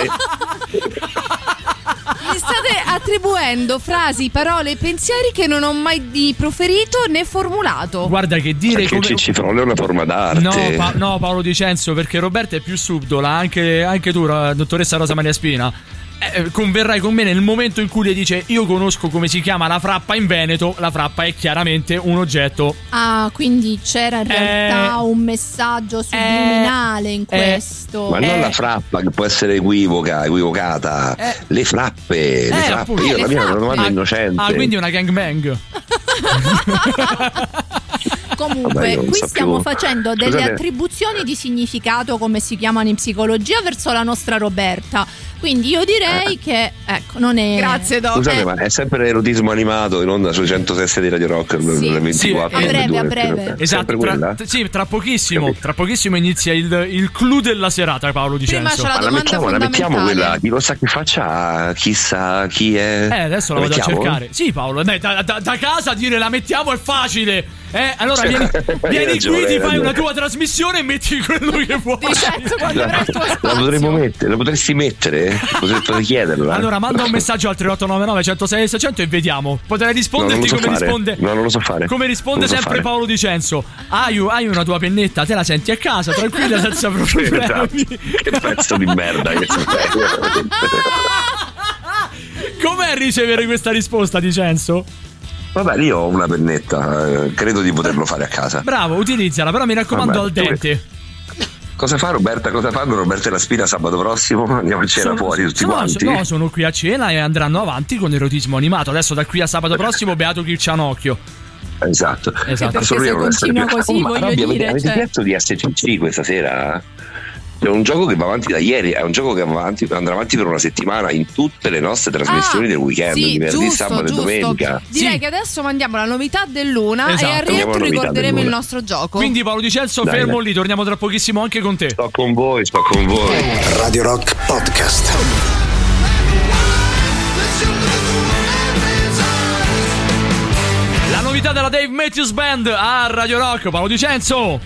Mi state attribuendo frasi, parole e pensieri che non ho mai proferito né formulato. Guarda che dire perché il cicifrollo è una forma d'arte. No, Paolo Dicenzo, perché Roberta è più subdola, anche tu, dottoressa Rosa Maria Spina. Converrai con me nel momento in cui le dice: io conosco come si chiama la frappa in Veneto. La frappa è chiaramente un oggetto. Ah, quindi c'era in realtà un messaggio subliminale in questo. Ma non la frappa, che può essere equivocata. Le frappe. Io la mia è una domanda innocente. Ah, quindi una gangbang. Comunque, qui stiamo facendo delle attribuzioni di significato, come si chiamano in psicologia, verso la nostra Roberta. Quindi io direi che, ecco, non è. Grazie, Doc. Scusate, ma è sempre erotismo animato in onda sui 106 di Radio Rock, sì. 24 a breve. Esatto, tra pochissimo inizia il clou della serata, Paolo Dicenzo. Prima c'è la domanda la mettiamo quella, chi lo sa chi faccia, chissà chi è. Adesso la vado a cercare. Sì, Paolo, da casa dire la mettiamo è facile. Allora vieni qui, ti fai una tua trasmissione e metti quello che vuoi. La potresti mettere? Potrei chiederla. Allora manda un messaggio al 3899 106 600 e vediamo. Potrei risponderti come risponde. No, non lo so fare. Come risponde sempre Paolo Dicenzo. Hai una tua pennetta, te la senti a casa, tranquilla, senza problemi. Che pezzo di merda che sei. Com'è ricevere questa risposta, Dicenzo? Vabbè, io ho una pennetta, credo di poterlo fare a casa. Bravo, utilizzala, però mi raccomando al dente. Cosa fa Roberta? Cosa fanno Roberta e la Spina sabato prossimo? Andiamo a cena fuori tutti quanti? No, sono qui a cena e andranno avanti con erotismo animato. Adesso da qui a sabato prossimo beato chi c'ha un occhio. Esatto. Perché se continua così, voglio dire, avete chiesto di SCC questa sera? È un gioco che va avanti da ieri, è un gioco che andrà avanti per una settimana in tutte le nostre trasmissioni del weekend, di venerdì, sabato e domenica. Direi che adesso mandiamo la novità dell'una, e al rientro ricorderemo il nostro gioco. Quindi Paolo Dicenzo, fermo lì, torniamo tra pochissimo anche con te. Sto con voi. Radio Rock Podcast. La novità della Dave Matthews Band a Radio Rock. Paolo Dicenzo.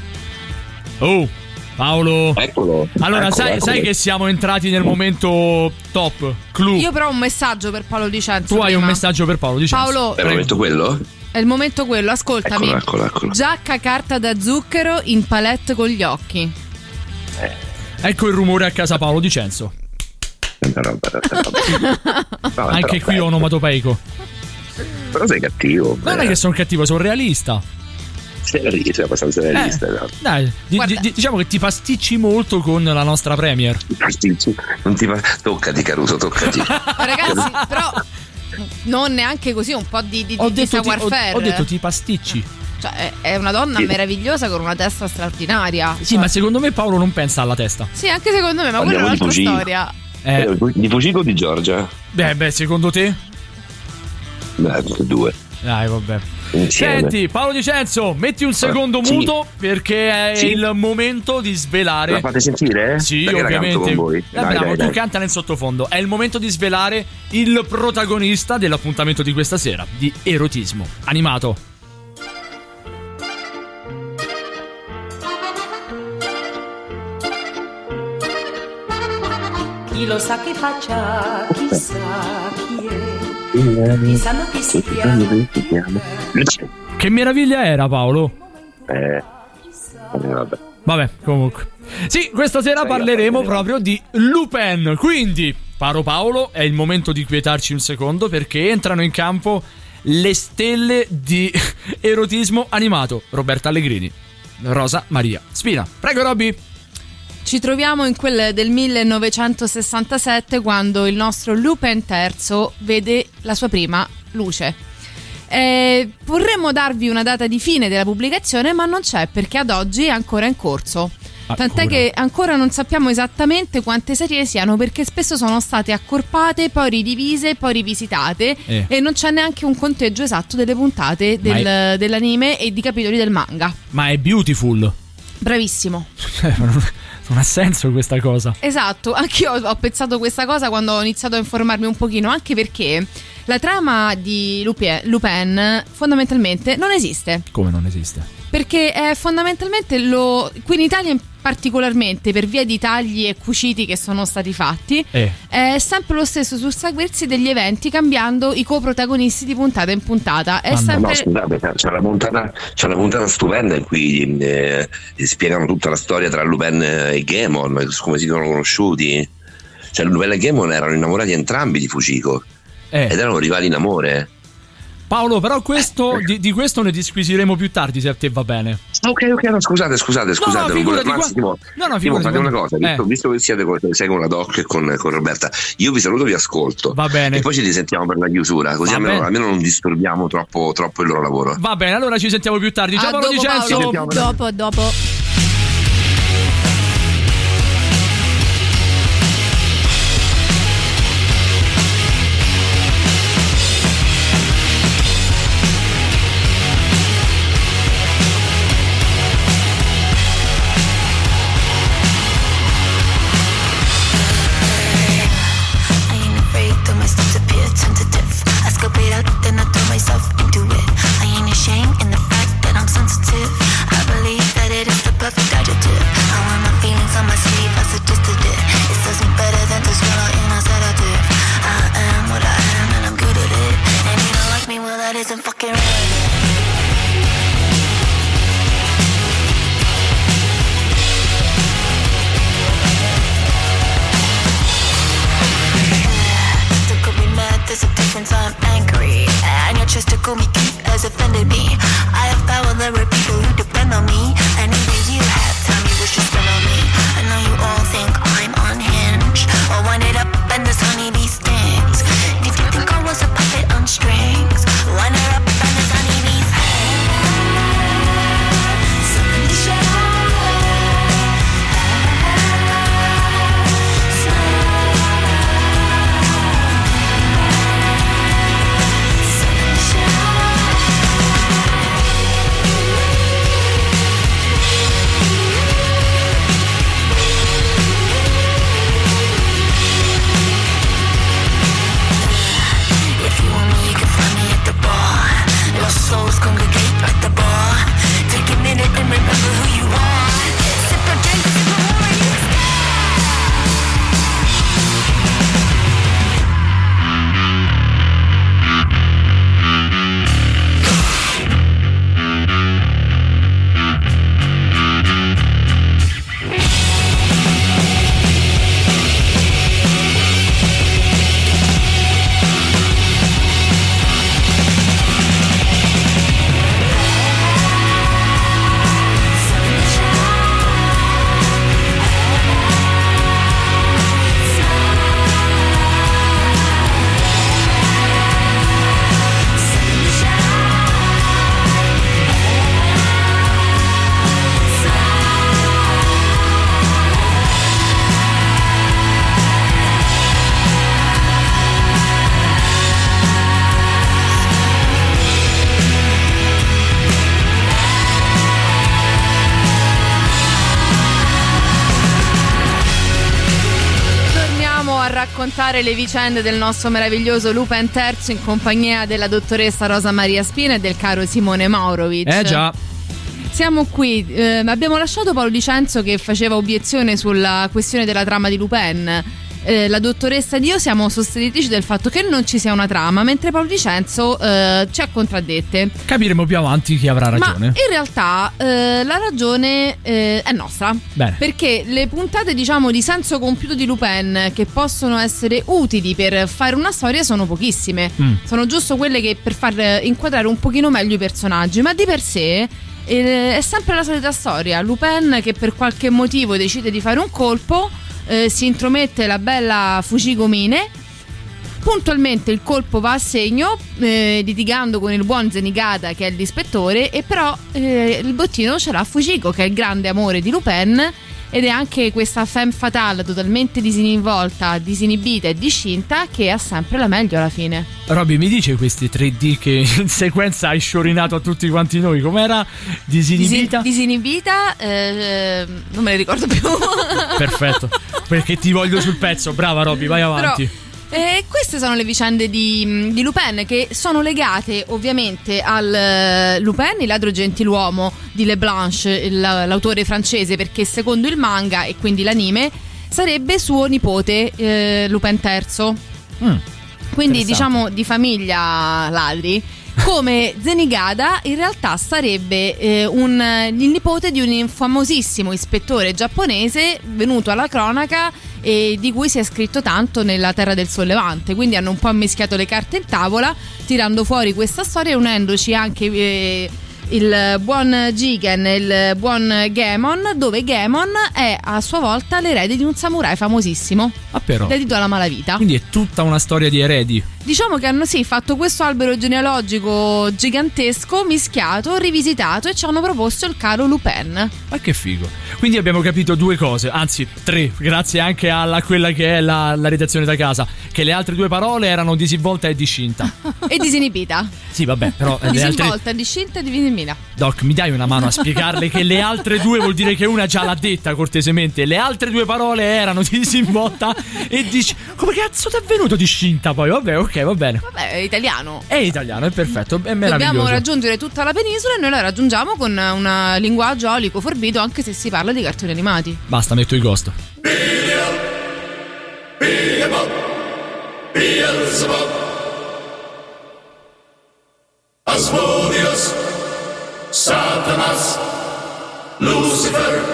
Paolo, eccolo. Allora, sai che siamo entrati nel momento top clou. Io però ho un messaggio per Paolo Dicenzo. Tu hai un messaggio per Paolo Dicenzo? Paolo, è il momento quello? È il momento quello, ascoltami. Eccolo. Giacca carta da zucchero in palette con gli occhi. Ecco il rumore a casa Paolo Dicenzo. Anche qui onomatopeico. Però sei cattivo. Non è che sono cattivo, sono realista. Sei abbastanza realista. Dai, diciamo che ti pasticci molto con la nostra Premier. Pasticci? Toccati, Caruso, toccati. Ragazzi, però non neanche così, un po' di savoir-faire. Ho detto ti pasticci. Cioè, è una donna meravigliosa con una testa straordinaria. Sì, ma secondo me Paolo non pensa alla testa. Sì, anche secondo me, ma quella è un'altra storia. Di Fucico o di Giorgia? Beh, secondo te? Beh, tutte e due. Dai, vabbè. Insieme. Senti, Paolo Dicenzo, metti un secondo muto perché è il momento di svelare. La fate sentire? Sì, perché ovviamente. Con voi. Bravo, tu canta nel sottofondo. È il momento di svelare il protagonista dell'appuntamento di questa sera, di erotismo animato. Chi lo sa che faccia, chissà chi è. Chi sanno che si chiama. Che meraviglia era, Paolo? Vabbè, comunque. Sì, questa sera parleremo proprio di Lupin. Quindi, caro Paolo, è il momento di quietarci un secondo perché entrano in campo le stelle di erotismo animato. Roberta Allegrini, Rosa Maria Spina. Prego, Robby. Ci troviamo in quel del 1967, quando il nostro Lupin III vede la sua prima luce. Vorremmo darvi una data di fine della pubblicazione, ma non c'è, perché ad oggi è ancora in corso. Tant'è che ancora non sappiamo esattamente quante serie siano, perché spesso sono state accorpate, poi ridivise, poi rivisitate, e non c'è neanche un conteggio esatto delle puntate dell'anime e di capitoli del manga. Ma è Beautiful. Bravissimo. Non ha senso questa cosa. Esatto, anch'io ho pensato questa cosa quando ho iniziato a informarmi un pochino, anche perché la trama di Lupin fondamentalmente non esiste. Come non esiste? Perché è fondamentalmente qui in Italia particolarmente, per via di tagli e cuciti che sono stati fatti, è sempre lo stesso susseguirsi degli eventi, cambiando i coprotagonisti di puntata in puntata. È sempre... No, scusate, c'è una puntata stupenda in cui spiegano tutta la storia tra Lupin e Gaemon, come si sono conosciuti. Cioè Lupin e Gaemon erano innamorati entrambi di Fujiko ed erano rivali in amore. Paolo, però di questo ne disquisiremo più tardi, se a te va bene. Ok, no, scusate. Figurati, fate una cosa, visto che sei con la Doc e con Roberta, io vi saluto, vi ascolto. Va bene. E poi ci risentiamo per la chiusura, così almeno non disturbiamo troppo il loro lavoro. Va bene, allora ci sentiamo più tardi. Ciao Paolo Dicenzo. Dopo. raccontare le vicende del nostro meraviglioso Lupin III in compagnia della dottoressa Rosa Maria Spina e del caro Simone Maurovic. Già. Siamo qui, abbiamo lasciato Paolo Dicenzo che faceva obiezione sulla questione della trama di Lupin. la dottoressa ed io siamo sostenitrici del fatto che non ci sia una trama, mentre Paolo Vicenzo ci ha contraddette. Capiremo più avanti chi avrà ragione. Ma in realtà la ragione è nostra. Bene. Perché le puntate, diciamo, di senso compiuto di Lupin che possono essere utili per fare una storia sono pochissime. Sono giusto quelle che per far inquadrare un pochino meglio i personaggi, ma di per sé è sempre la solita storia. Lupin che per qualche motivo decide di fare un colpo, si intromette la bella Fujiko Mine. Puntualmente il colpo va a segno, litigando con il buon Zenigata che è l'ispettore, e però il bottino ce l'ha Fujiko, che è il grande amore di Lupin, ed è anche questa femme fatale totalmente disinvolta, disinibita e discinta, che ha sempre la meglio alla fine. Robby, mi dice questi 3D che in sequenza hai sciorinato a tutti quanti noi? Com'era? Disinibita? Disinibita, non me ne ricordo più. Perfetto, perché ti voglio sul pezzo. Brava Robby, vai avanti. Però, queste sono le vicende di Lupin, che sono legate ovviamente al Lupin, il ladro gentiluomo di Le Blanche, l'autore francese, perché secondo il manga e quindi l'anime sarebbe suo nipote, Lupin III. Quindi diciamo di famiglia ladri. Come Zenigata in realtà sarebbe il nipote di un famosissimo ispettore giapponese venuto alla cronaca e di cui si è scritto tanto nella Terra del Sollevante. Quindi hanno un po' mischiato le carte in tavola, tirando fuori questa storia e unendoci anche il buon Jigen e il buon Gemon, dove Gemon è a sua volta l'erede di un samurai famosissimo, dedito alla malavita. Quindi è tutta una storia di eredi. Diciamo che hanno fatto questo albero genealogico gigantesco, mischiato, rivisitato, e ci hanno proposto il caro Lupin. Ma che figo. Quindi abbiamo capito 2 cose, anzi 3, grazie anche a quella che è la redazione da casa, che le altre 2 parole erano disinvolta e discinta. E disinibita. Sì, vabbè, però disinvolta, discinta e disinibita. Doc, mi dai una mano a spiegarle che le altre 2 vuol dire che una già l'ha detta cortesemente. Le altre 2 parole erano disinvolta e come cazzo ti è venuto discinta poi? Vabbè, ok, va bene. Vabbè, è italiano. È italiano, è perfetto, è meraviglioso. Dobbiamo raggiungere tutta la penisola e noi la raggiungiamo con un linguaggio olico forbito, anche se si parla di cartoni animati. Basta, metto il ghost. Asmodeus, Satanas, Lucifer.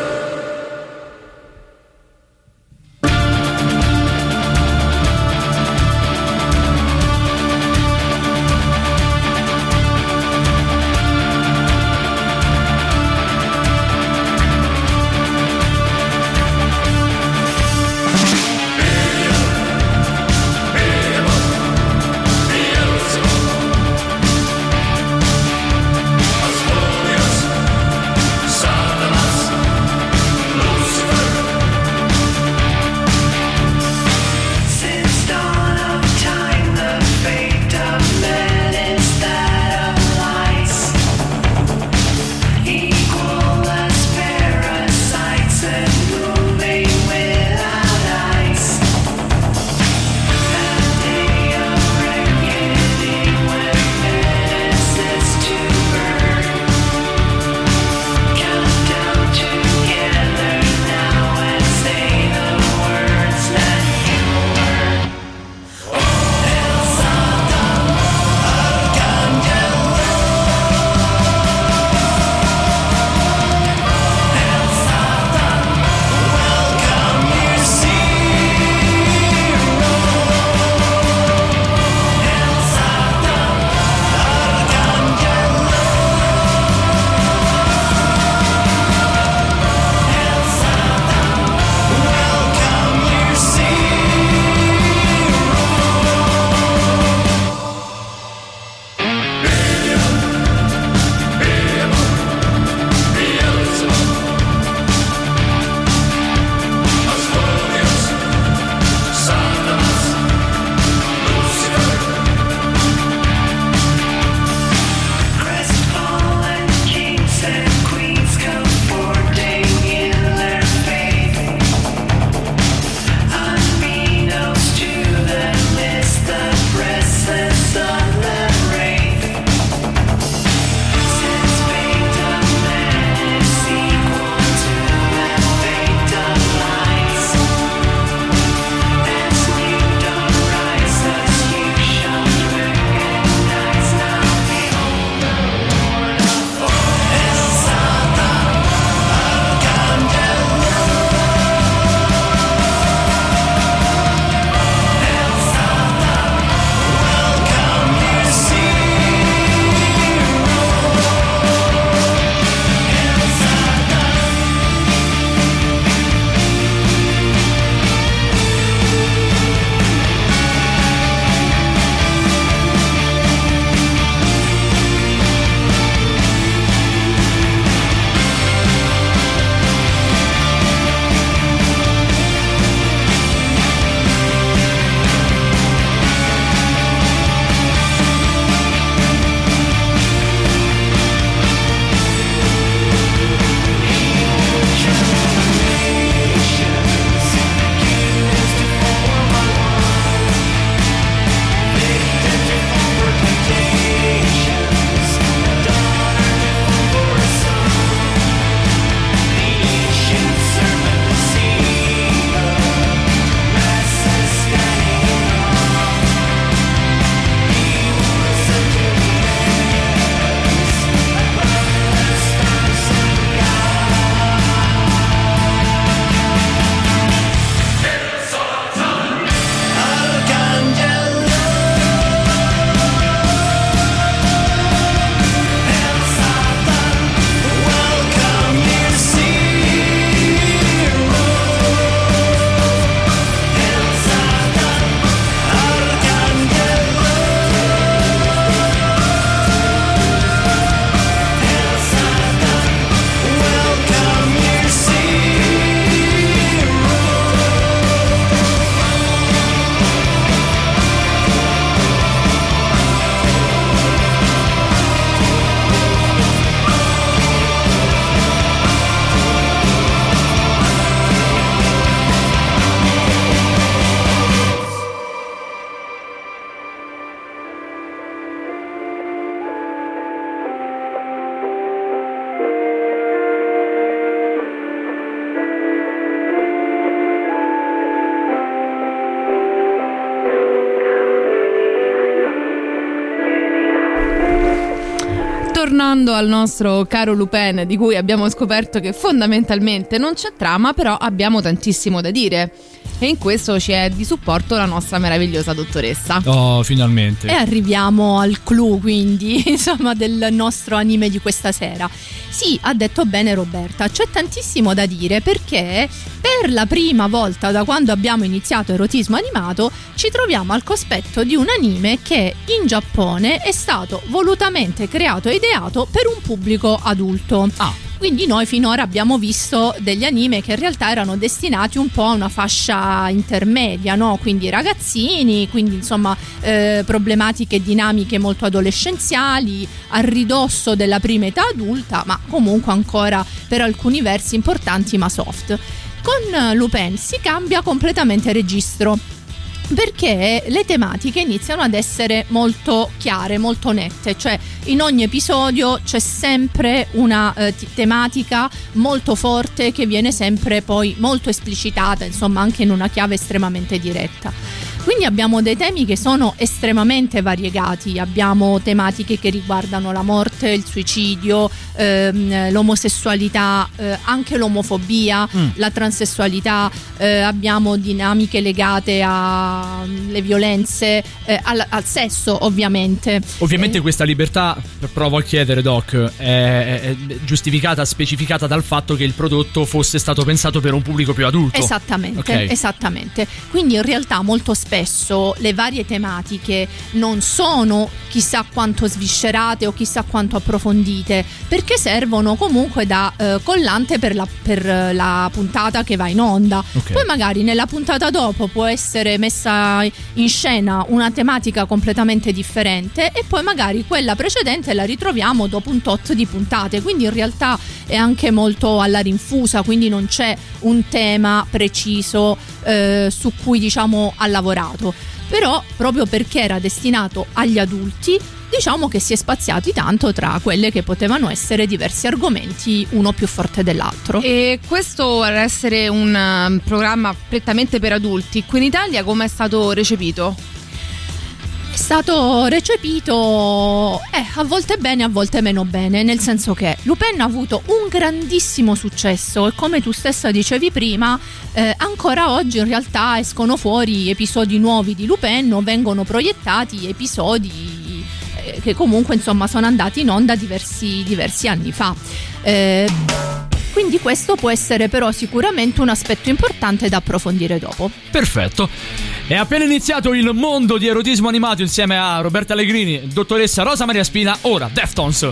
tornando al nostro caro Lupin, di cui abbiamo scoperto che fondamentalmente non c'è trama, però abbiamo tantissimo da dire. E in questo ci è di supporto la nostra meravigliosa dottoressa. Oh, finalmente. E arriviamo al clou, quindi, insomma, del nostro anime di questa sera. Sì, ha detto bene Roberta, c'è tantissimo da dire, perché per la prima volta da quando abbiamo iniziato Erotismo Animato ci troviamo al cospetto di un anime che in Giappone è stato volutamente creato e ideato per un pubblico adulto. Quindi noi finora abbiamo visto degli anime che in realtà erano destinati un po' a una fascia intermedia, no? Quindi ragazzini, quindi insomma problematiche e dinamiche molto adolescenziali, a ridosso della prima età adulta, ma comunque ancora per alcuni versi importanti ma soft. Con Lupin si cambia completamente registro, perché le tematiche iniziano ad essere molto chiare, molto nette, cioè in ogni episodio c'è sempre una tematica molto forte che viene sempre poi molto esplicitata, insomma anche in una chiave estremamente diretta. Quindi abbiamo dei temi che sono estremamente variegati, abbiamo tematiche che riguardano la morte, il suicidio, l'omosessualità, anche l'omofobia, la transessualità, abbiamo dinamiche legate alle violenze, al sesso ovviamente. Ovviamente questa libertà, provo a chiedere Doc, è giustificata, specificata dal fatto che il prodotto fosse stato pensato per un pubblico più adulto. Esattamente, okay. Esattamente. Quindi in realtà molto spesso le varie tematiche non sono chissà quanto sviscerate o chissà quanto approfondite, perché servono comunque da collante per la puntata che va in onda. Okay. Poi magari nella puntata dopo può essere messa in scena una tematica completamente differente e poi magari quella precedente la ritroviamo dopo un tot di puntate, quindi in realtà è anche molto alla rinfusa, quindi non c'è un tema preciso su cui diciamo ha lavorato. Però proprio perché era destinato agli adulti, diciamo che si è spaziati tanto tra quelle che potevano essere diversi argomenti, uno più forte dell'altro. E questo per essere un programma prettamente per adulti, qui in Italia come è stato recepito? È stato recepito a volte bene, a volte meno bene, nel senso che Lupin ha avuto un grandissimo successo e come tu stessa dicevi prima, ancora oggi in realtà escono fuori episodi nuovi di Lupin o vengono proiettati episodi che comunque insomma sono andati in onda diversi anni fa. Quindi questo può essere però sicuramente un aspetto importante da approfondire dopo. Perfetto. È appena iniziato il mondo di Erotismo Animato insieme a Roberta Allegrini, dottoressa Rosa Maria Spina, ora Deftones.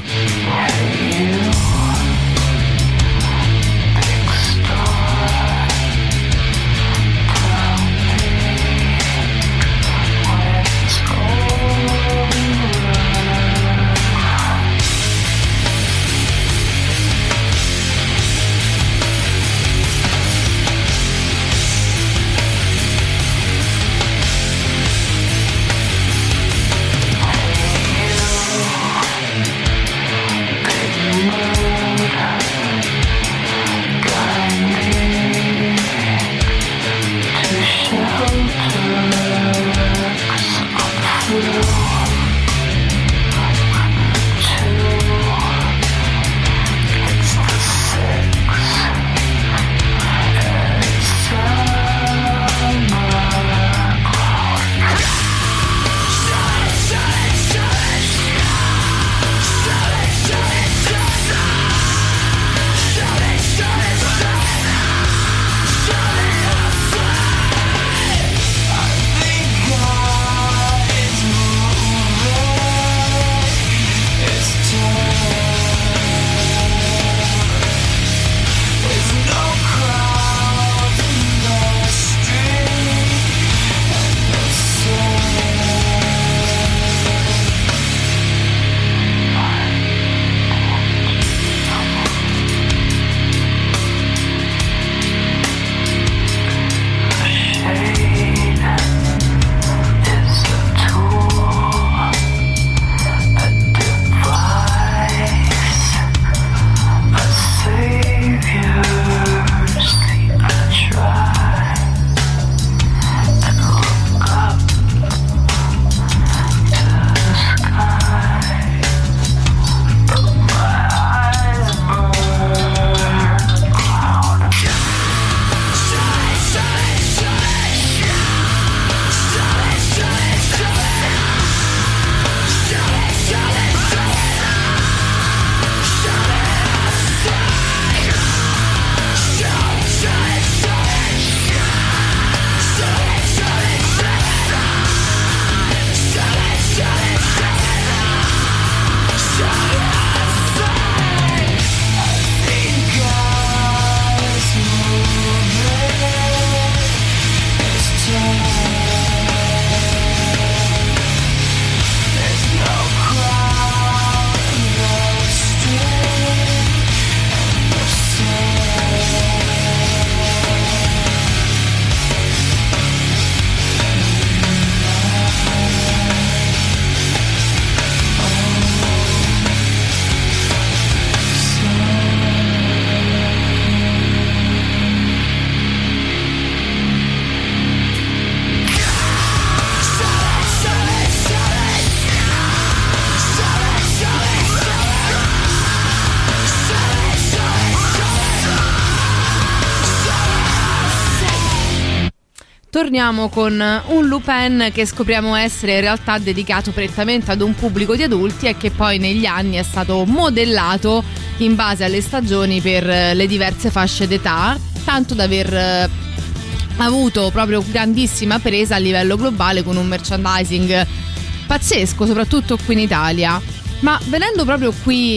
torniamo con un Lupin che scopriamo essere in realtà dedicato prettamente ad un pubblico di adulti e che poi negli anni è stato modellato in base alle stagioni per le diverse fasce d'età, tanto da aver avuto proprio grandissima presa a livello globale con un merchandising pazzesco, soprattutto qui in Italia. Ma venendo proprio qui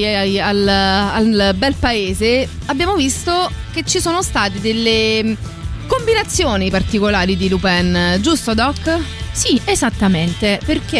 al bel paese, abbiamo visto che ci sono state delle combinazioni particolari di Lupin, giusto Doc? Sì, esattamente,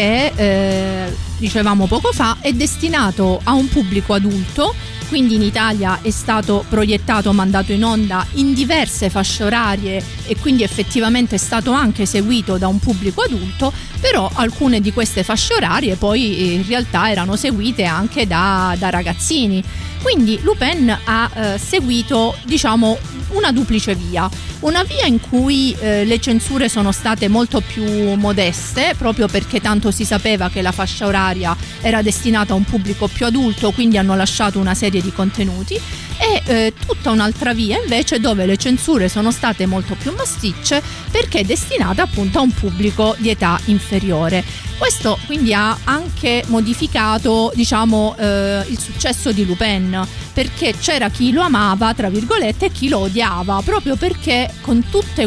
perché dicevamo poco fa è destinato a un pubblico adulto, quindi in Italia è stato proiettato, mandato in onda in diverse fasce orarie e quindi effettivamente è stato anche seguito da un pubblico adulto, però alcune di queste fasce orarie poi in realtà erano seguite anche da ragazzini. Quindi Lupin ha seguito, diciamo, una duplice via. Una via in cui le censure sono state molto più modeste, proprio perché tanto si sapeva che la fascia oraria era destinata a un pubblico più adulto, quindi hanno lasciato una serie di contenuti, e tutta un'altra via invece dove le censure sono state molto più massicce perché è destinata appunto a un pubblico di età inferiore. Questo quindi ha anche modificato, diciamo, il successo di Lupin, perché c'era chi lo amava, tra virgolette, e chi lo odiava, proprio perché con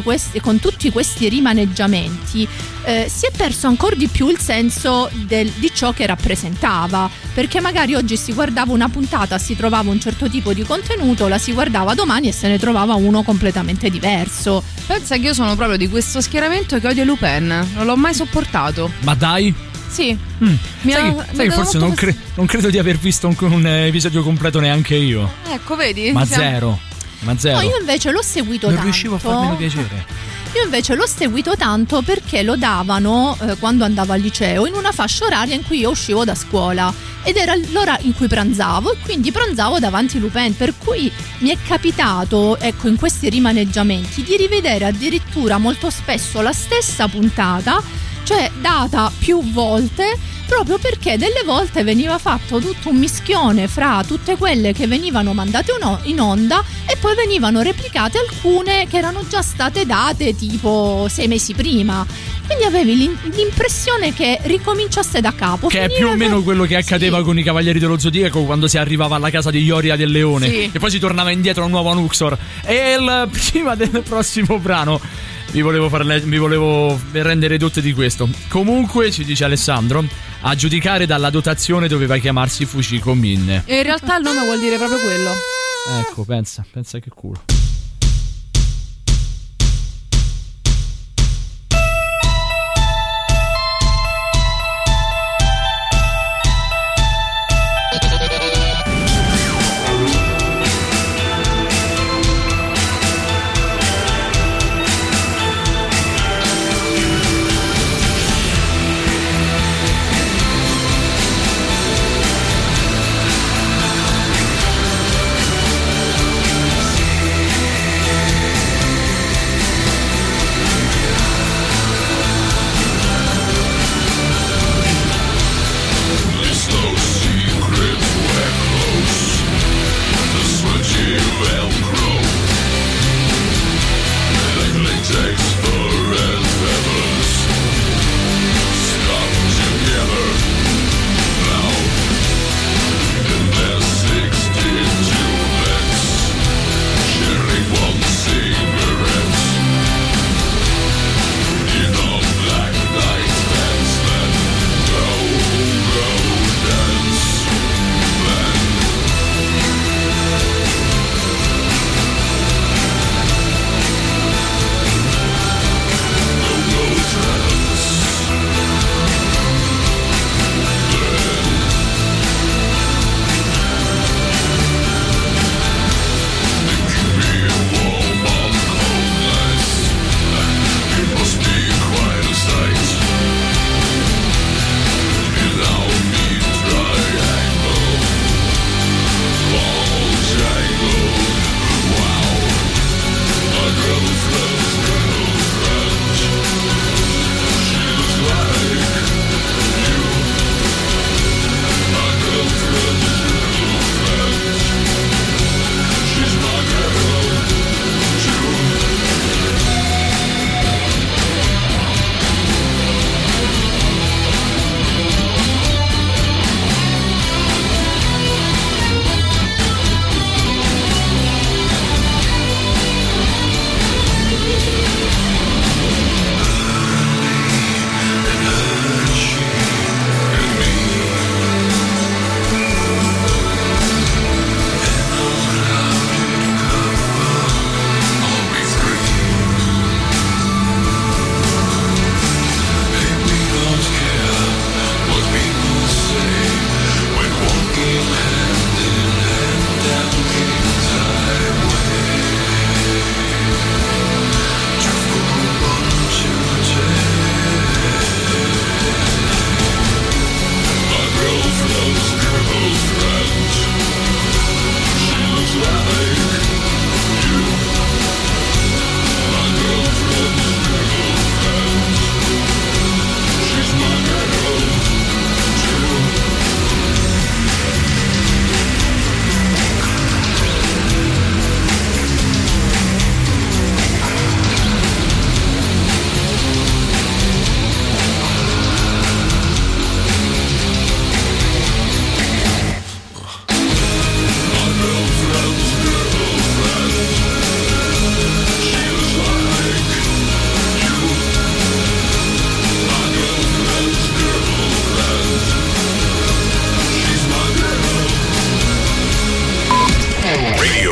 tutti questi rimaneggiamenti si è perso ancora di più il senso di ciò che rappresentava, perché magari oggi si guardava una puntata, si trovava un certo tipo di contenuto, la si guardava domani e se ne trovava uno completamente diverso. Pensa che io sono proprio di questo schieramento che odia Lupin, non l'ho mai sopportato. Ma dai? Sì. Sai che forse non credo di aver visto un episodio completo neanche io. Ecco, vedi? Ma zero. No, io invece l'ho seguito tanto. Non riuscivo a farmelo piacere. Io invece l'ho seguito tanto perché lo davano quando andavo al liceo in una fascia oraria in cui io uscivo da scuola ed era l'ora in cui pranzavo, e quindi pranzavo davanti a Lupin, per cui mi è capitato, ecco, in questi rimaneggiamenti di rivedere addirittura molto spesso la stessa puntata, cioè data più volte, proprio perché delle volte veniva fatto tutto un mischione fra tutte quelle che venivano mandate in onda e poi venivano replicate alcune che erano già state date tipo 6 mesi prima. Quindi avevi l'impressione che ricominciasse da capo. Che è più o meno quello che accadeva con i Cavalieri dello Zodiaco quando si arrivava alla casa di Ioria del Leone, e poi si tornava indietro a un nuovo Nuxor. E prima del prossimo brano vi volevo rendere edotte di questo. Comunque, ci dice Alessandro, a giudicare dalla dotazione doveva chiamarsi Fujiko Minne. E in realtà il nome vuol dire proprio quello. Ecco, pensa che culo.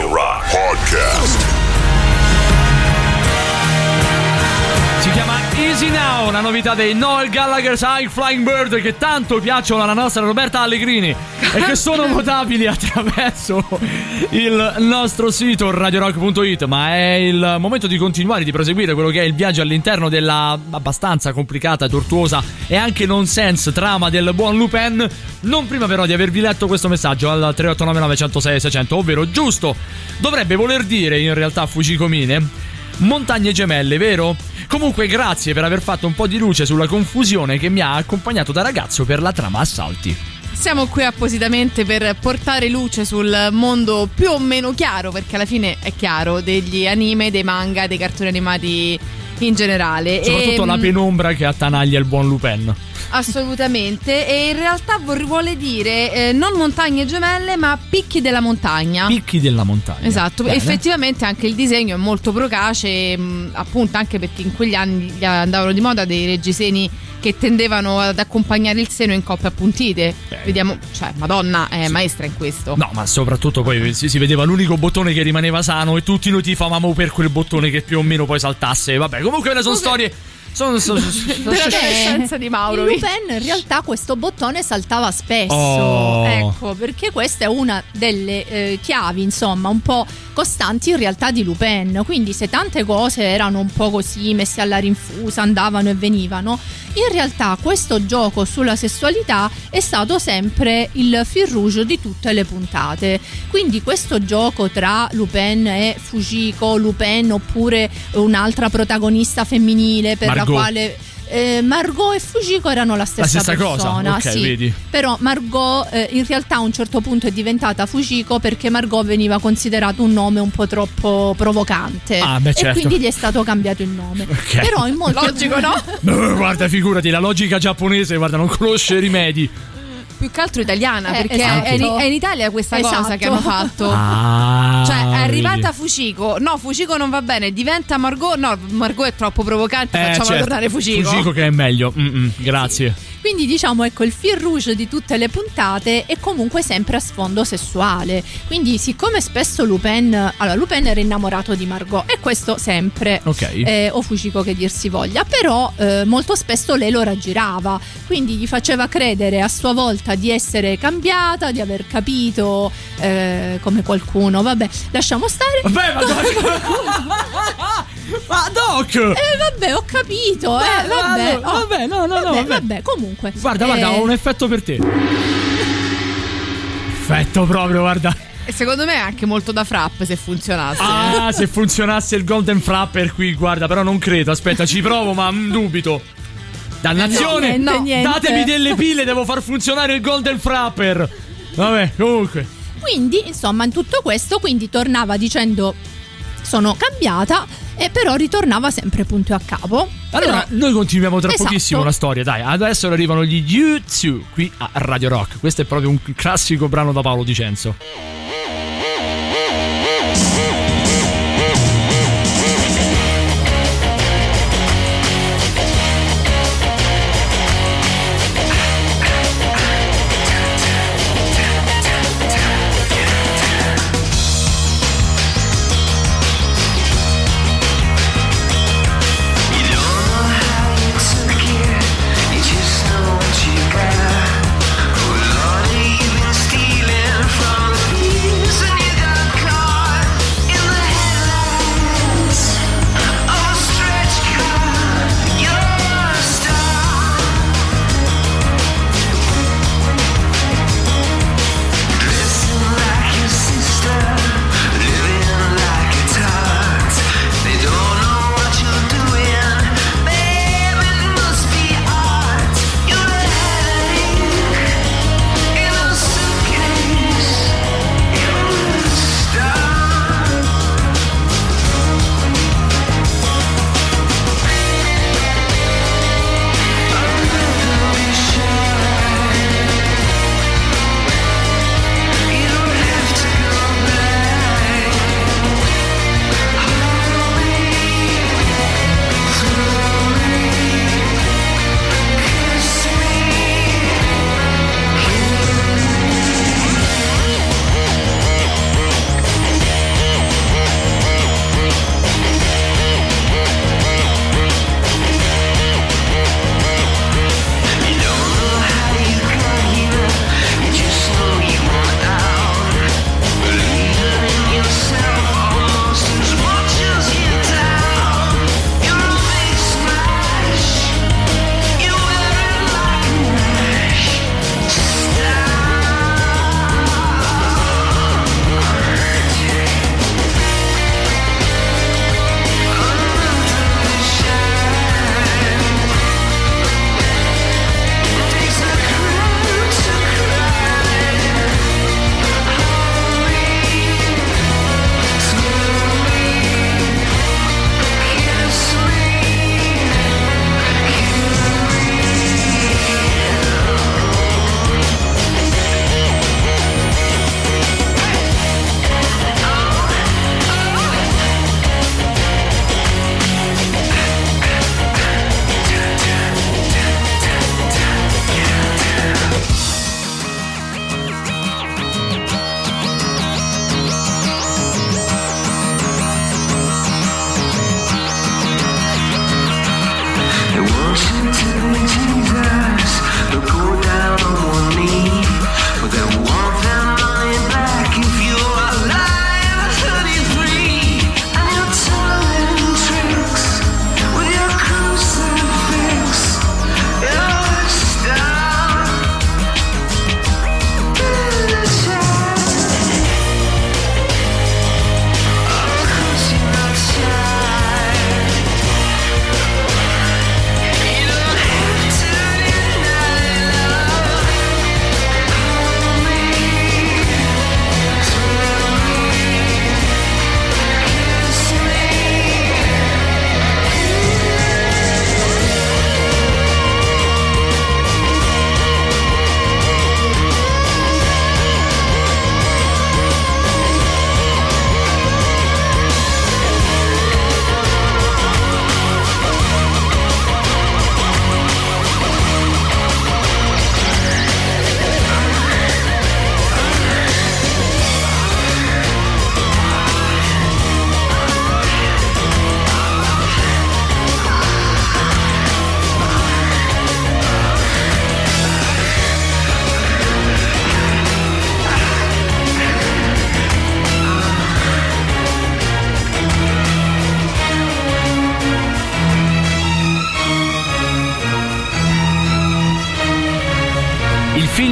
Radio Rock Podcast. Si chiama Easy Now, una novità dei Noel Gallagher's High Flying Bird che tanto piacciono alla nostra Roberta Allegrini e che sono votabili attraverso il nostro sito radiorock.it. Ma è il momento di continuare, di proseguire quello che è il viaggio all'interno della abbastanza complicata, tortuosa e anche nonsense trama del buon Lupin. Non prima però di avervi letto questo messaggio al 3899 106 600, ovvero giusto dovrebbe voler dire in realtà Fujiko Mine montagne gemelle, vero? Comunque grazie per aver fatto un po' di luce sulla confusione che mi ha accompagnato da ragazzo per la trama Assalti. Siamo qui appositamente per portare luce sul mondo più o meno chiaro, perché alla fine è chiaro, degli anime, dei manga, dei cartoni animati in generale. Soprattutto la penombra che attanaglia il buon Lupin. Assolutamente, e in realtà vuole dire non montagne gemelle ma picchi della montagna. Picchi della montagna. Esatto. Bene. Effettivamente anche il disegno è molto procace, appunto anche perché in quegli anni andavano di moda dei reggiseni che tendevano ad accompagnare il seno in coppe appuntite. Vediamo, cioè Madonna è maestra in questo. No, ma soprattutto poi si vedeva l'unico bottone che rimaneva sano e tutti noi tifavamo per quel bottone che più o meno poi saltasse. Vabbè, comunque le sono storie. Dell'adolescenza di Mauro. In Lupin in realtà questo bottone saltava spesso. Ecco, perché questa è una delle chiavi, insomma, un po' costanti in realtà di Lupin. Quindi se tante cose erano un po' così messe alla rinfusa, andavano e venivano, in realtà questo gioco sulla sessualità è stato sempre il fil rouge di tutte le puntate. Quindi questo gioco tra Lupin e Fujiko, Lupin oppure un'altra protagonista femminile per Margot. la quale Margot e Fujiko erano la stessa persona, cosa, ok, sì. vedi. Però Margot in realtà a un certo punto è diventata Fujiko perché Margot veniva considerato un nome un po' troppo provocante, certo. E quindi gli è stato cambiato il nome. Okay. Però in molti logico, no? Guarda, figurati, la logica giapponese, guarda, non conosce rimedi. Più che altro italiana, perché esatto. è in Italia questa cosa che hanno fatto. Cioè è arrivata Fujiko, no, Fujiko non va bene, diventa Margot, no, Margot è troppo provocante, facciamo tornare Fujiko. Fujiko che è meglio, grazie. Sì. Quindi diciamo, ecco, il fil rouge di tutte le puntate è comunque sempre a sfondo sessuale. Quindi siccome spesso Lupin era innamorato di Margot, e questo sempre, o Fujiko che dir si voglia, però molto spesso lei lo raggirava, quindi gli faceva credere a sua volta di essere cambiata, di aver capito come qualcuno, vabbè, lasciamo stare. Vabbè, ma Doc! Vabbè, ho capito, vabbè, comunque. Guarda, ho un effetto per te. Effetto proprio, guarda. E secondo me è anche molto da frappe se funzionasse. Se funzionasse il Golden Frapper qui, guarda, però non credo. Aspetta, ci provo, ma dubito. Dannazione! Niente. Datemi delle pile, devo far funzionare il Golden Frapper. Vabbè, comunque. Quindi, insomma, in tutto questo, quindi tornava dicendo sono cambiata, e però ritornava sempre punto a capo. Allora, noi continuiamo tra Esatto. pochissimo la storia, dai. Adesso arrivano gli YouTube qui a Radio Rock. Questo è proprio un classico brano da Paolo Dicenzo. Stealing from the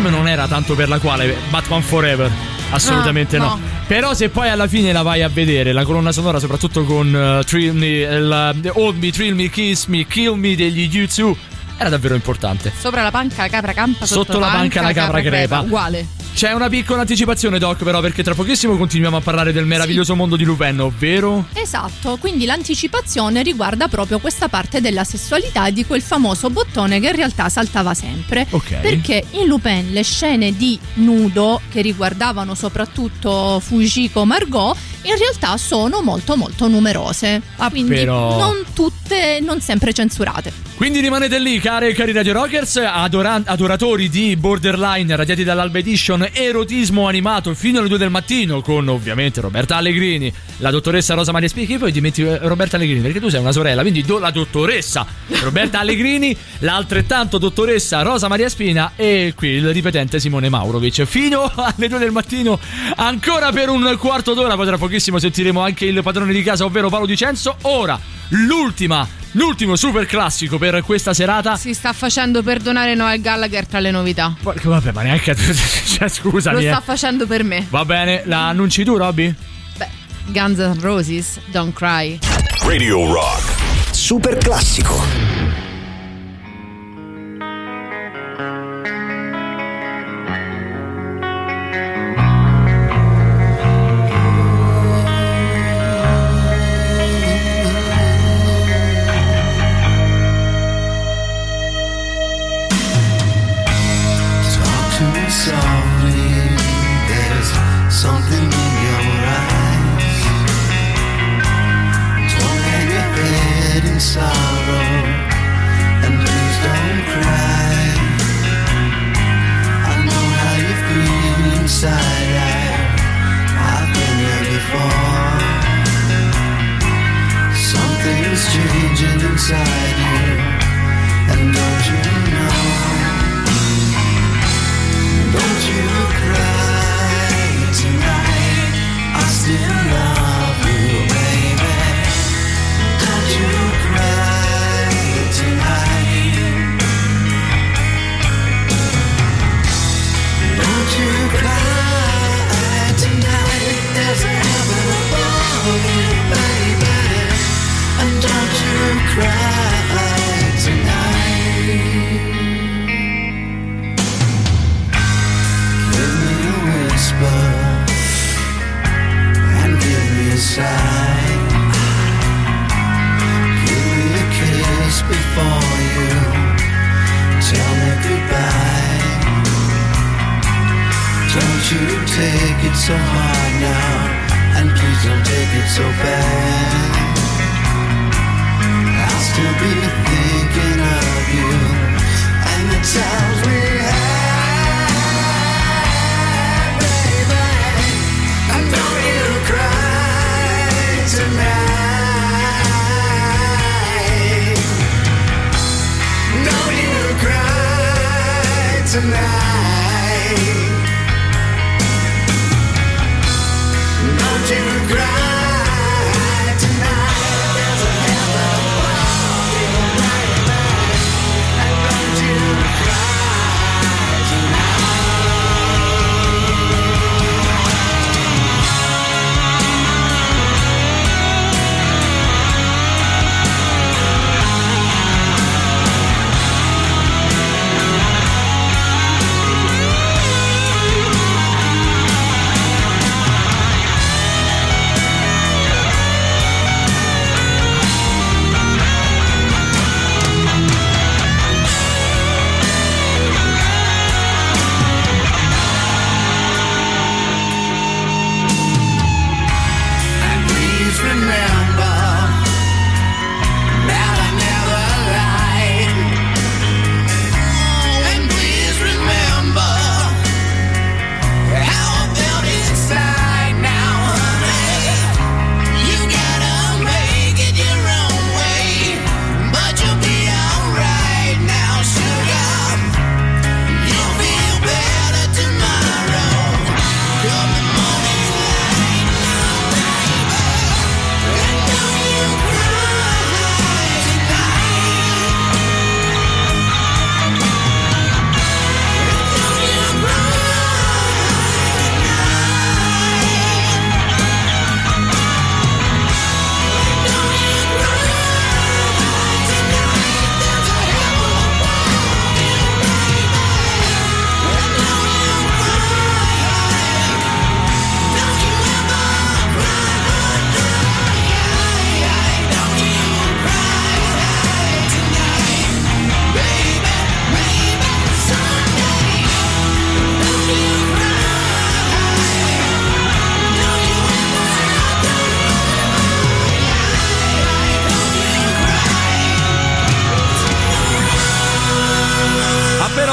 film non era tanto per la quale Batman Forever, assolutamente no. Però se poi alla fine la vai a vedere, la colonna sonora soprattutto con Thrill Me, Hold Me, Thrill Me, Kiss Me, Kill Me degli U2, era davvero importante. Sopra la panca la capra campa, sotto la panca la capra crepa. Uguale. C'è una piccola anticipazione, Doc, però, perché tra pochissimo continuiamo a parlare del meraviglioso mondo di Lupin, ovvero? Esatto, quindi l'anticipazione riguarda proprio questa parte della sessualità di quel famoso bottone che in realtà saltava sempre. Ok. Perché in Lupin le scene di nudo, che riguardavano soprattutto Fujiko Margot, in realtà sono molto molto numerose. Quindi però non tutte, non sempre censurate. Quindi rimanete lì, care e cari Radio Rockers, adoratori di Borderline, radiati dall'Alba Edition, erotismo animato fino alle 2 del mattino, con ovviamente Roberta Allegrini, la dottoressa Rosa Maria Spina. Che poi ti metti Roberta Allegrini perché tu sei una sorella, quindi la dottoressa Roberta Allegrini, l'altrettanto dottoressa Rosa Maria Spina e qui il ripetente Simone Maurovic, fino alle 2 del mattino, ancora per un quarto d'ora. Poi tra pochissimo sentiremo anche il padrone di casa, ovvero Paolo Dicenzo. Ora l'ultimo super classico per questa serata. Si sta facendo perdonare Noel Gallagher tra le novità. Vabbè, ma neanche cioè, scusami. Lo sta facendo per me. Va bene, la annunci tu, Robby? Beh, Guns N' Roses, Don't Cry. Radio Rock. Super classico.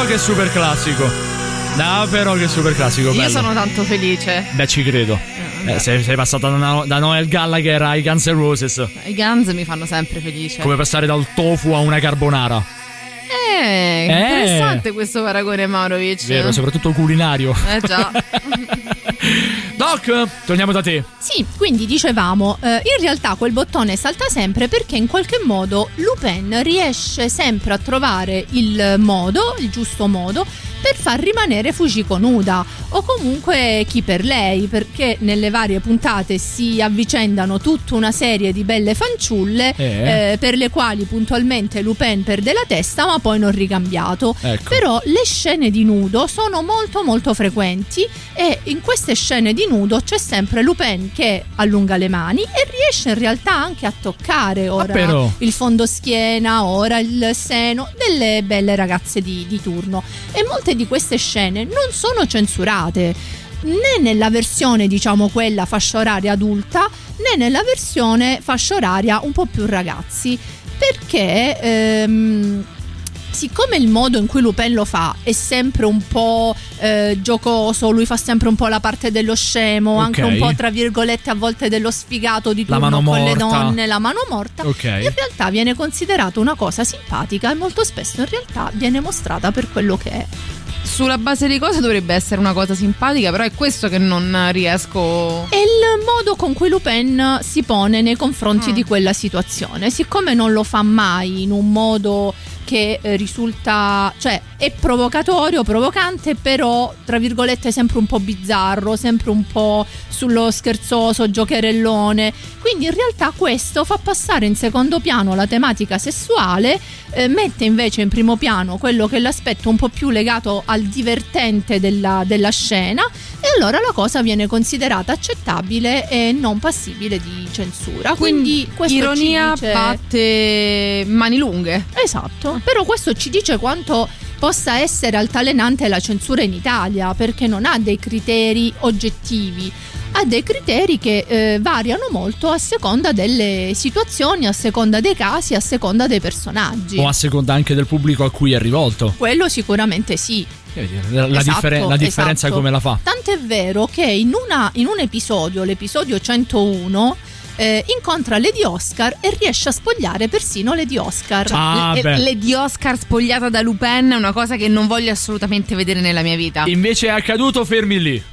però che super classico. No, però che super classico. Io bello. sono tanto felice. Beh, ci credo. Sei passata da Noel Gallagher ai Guns N' Roses. I Guns mi fanno sempre felice. Come passare dal tofu a una carbonara. Interessante questo paragone, Maurovic. Vero, soprattutto culinario. Già. Doc, torniamo da te. Sì, quindi dicevamo, in realtà quel bottone salta sempre perché in qualche modo Lupin riesce sempre a trovare il giusto modo per far rimanere Fujiko nuda, o comunque chi per lei, perché nelle varie puntate si avvicendano tutta una serie di belle fanciulle per le quali puntualmente Lupin perde la testa ma poi non ricambiato. Ecco. Però le scene di nudo sono molto molto frequenti e in queste scene di nudo c'è sempre Lupin che allunga le mani e riesce in realtà anche a toccare ora il fondoschiena, ora il seno delle belle ragazze di turno, e molte di queste scene non sono censurate né nella versione diciamo quella fascia oraria adulta né nella versione fascia oraria un po' più ragazzi, perché siccome il modo in cui Lupin lo fa è sempre un po' giocoso, lui fa sempre un po' la parte dello scemo, anche un po' tra virgolette a volte dello sfigato di turno con le donne, la mano morta, in realtà viene considerato una cosa simpatica e molto spesso in realtà viene mostrata per quello che è. Sulla base di cosa dovrebbe essere una cosa simpatica, però è questo che non riesco. È il modo con cui Lupin si pone nei confronti di quella situazione, siccome non lo fa mai in un modo che risulta, cioè è provocatorio, provocante, però tra virgolette sempre un po' bizzarro, sempre un po' sullo scherzoso, giocherellone, quindi in realtà questo fa passare in secondo piano la tematica sessuale, mette invece in primo piano quello che è l'aspetto un po' più legato al divertente della scena, e allora la cosa viene considerata accettabile e non passibile di censura. Quindi questo ironia ci dice... batte mani lunghe. Esatto, però questo ci dice quanto possa essere altalenante la censura in Italia, perché non ha dei criteri oggettivi, ha dei criteri che variano molto a seconda delle situazioni, a seconda dei casi, a seconda dei personaggi. O a seconda anche del pubblico a cui è rivolto. Quello sicuramente sì. La differenza come la fa? Tant'è vero che in un episodio, l'episodio 101, incontra Lady Oscar e riesce a spogliare persino Lady Oscar. Lady Oscar spogliata da Lupin è una cosa che non voglio assolutamente vedere nella mia vita. Invece è accaduto, fermi lì.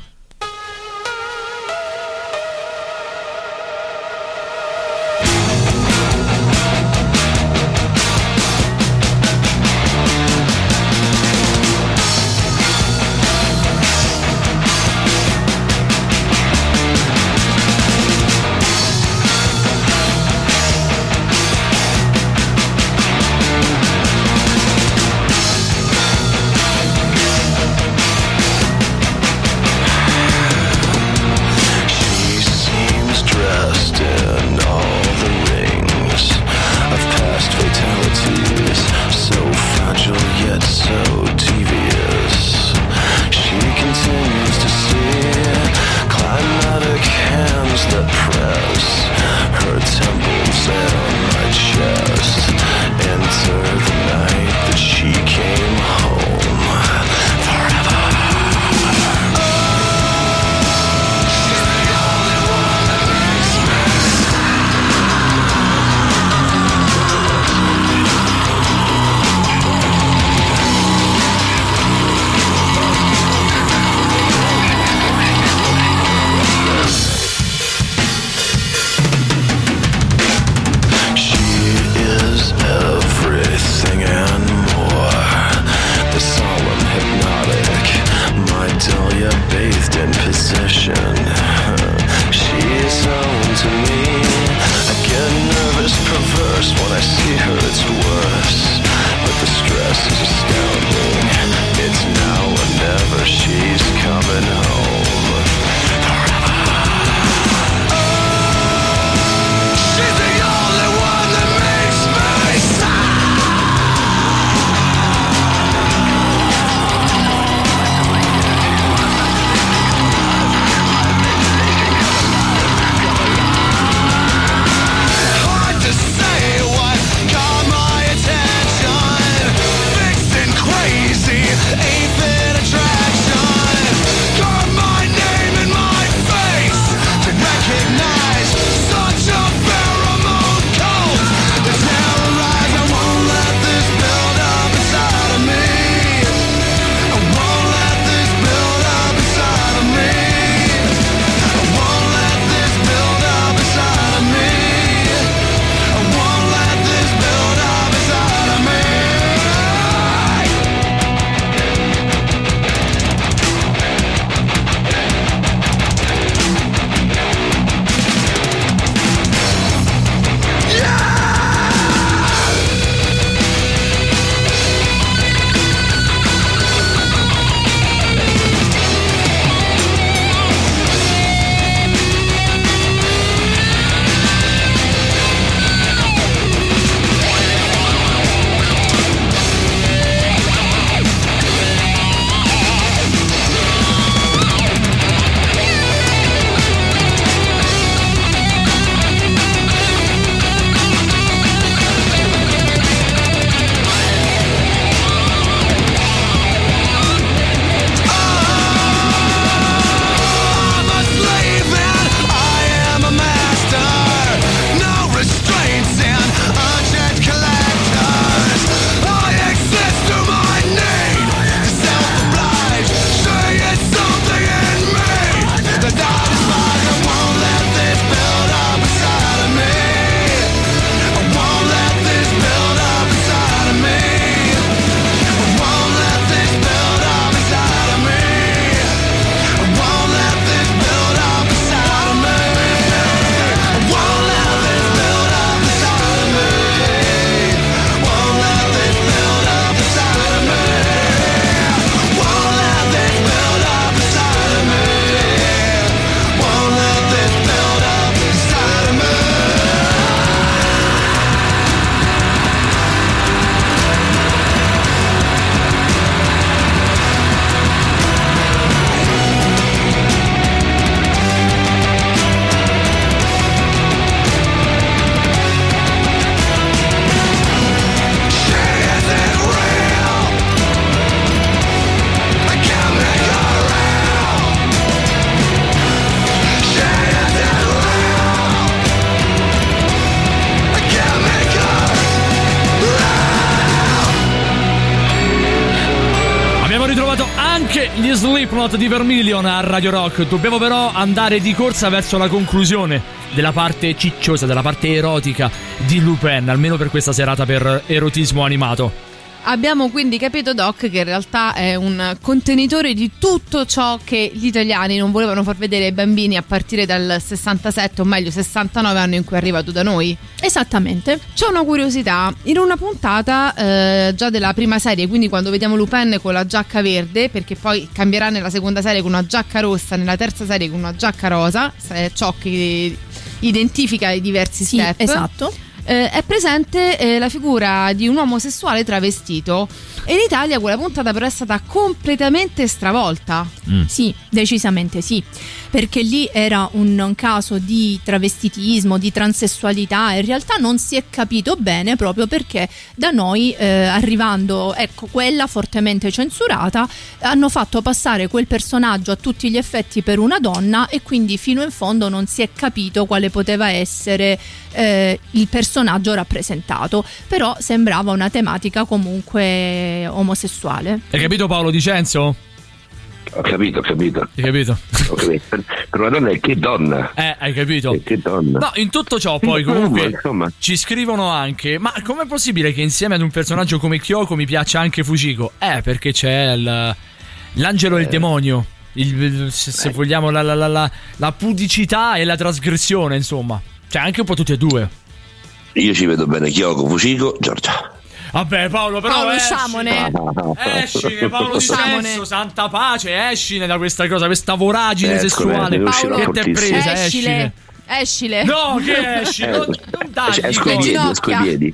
Gli Slipknot di Vermilion a Radio Rock. Dobbiamo però andare di corsa verso la conclusione della parte cicciosa, della parte erotica di Lupin, almeno per questa serata per erotismo animato. Abbiamo quindi capito, Doc, che in realtà è un contenitore di tutto ciò che gli italiani non volevano far vedere ai bambini a partire dal 67, o meglio 69 anno in cui è arrivato da noi. Esattamente. C'è una curiosità: in una puntata già della prima serie, quindi quando vediamo Lupin con la giacca verde, perché poi cambierà nella seconda serie con una giacca rossa, nella terza serie con una giacca rosa, ciò che identifica i diversi step. Sì, esatto. È presente la figura di un uomo sessuale travestito, e in Italia quella puntata però è stata completamente stravolta. Sì, decisamente sì, perché lì era un caso di travestitismo, di transessualità, e in realtà non si è capito bene, proprio perché da noi arrivando, ecco, quella fortemente censurata, hanno fatto passare quel personaggio a tutti gli effetti per una donna, e quindi fino in fondo non si è capito quale poteva essere il personaggio rappresentato, però sembrava una tematica comunque omosessuale. Hai capito, Paolo Dicenzo? Ho capito. Hai capito? Per una donna è che donna. Hai capito? Che donna. No, in tutto ciò poi comunque insomma, ci scrivono anche: ma com'è possibile che insieme ad un personaggio come Kyoko mi piaccia anche Fujiko? Perché c'è l'angelo e il demonio, se vogliamo la pudicità e la trasgressione, insomma. Cioè anche un po' tutti e due. Io ci vedo bene Kyoko, Fujiko, Giorgia. Vabbè, Paolo, però usciamone. Escine, Paolo Dicenzo, santa pace, escine da questa cosa, questa voragine sessuale. Paolo, che ti è presa, escine. Escile. No, che esci? Non dai. Esco i piedi.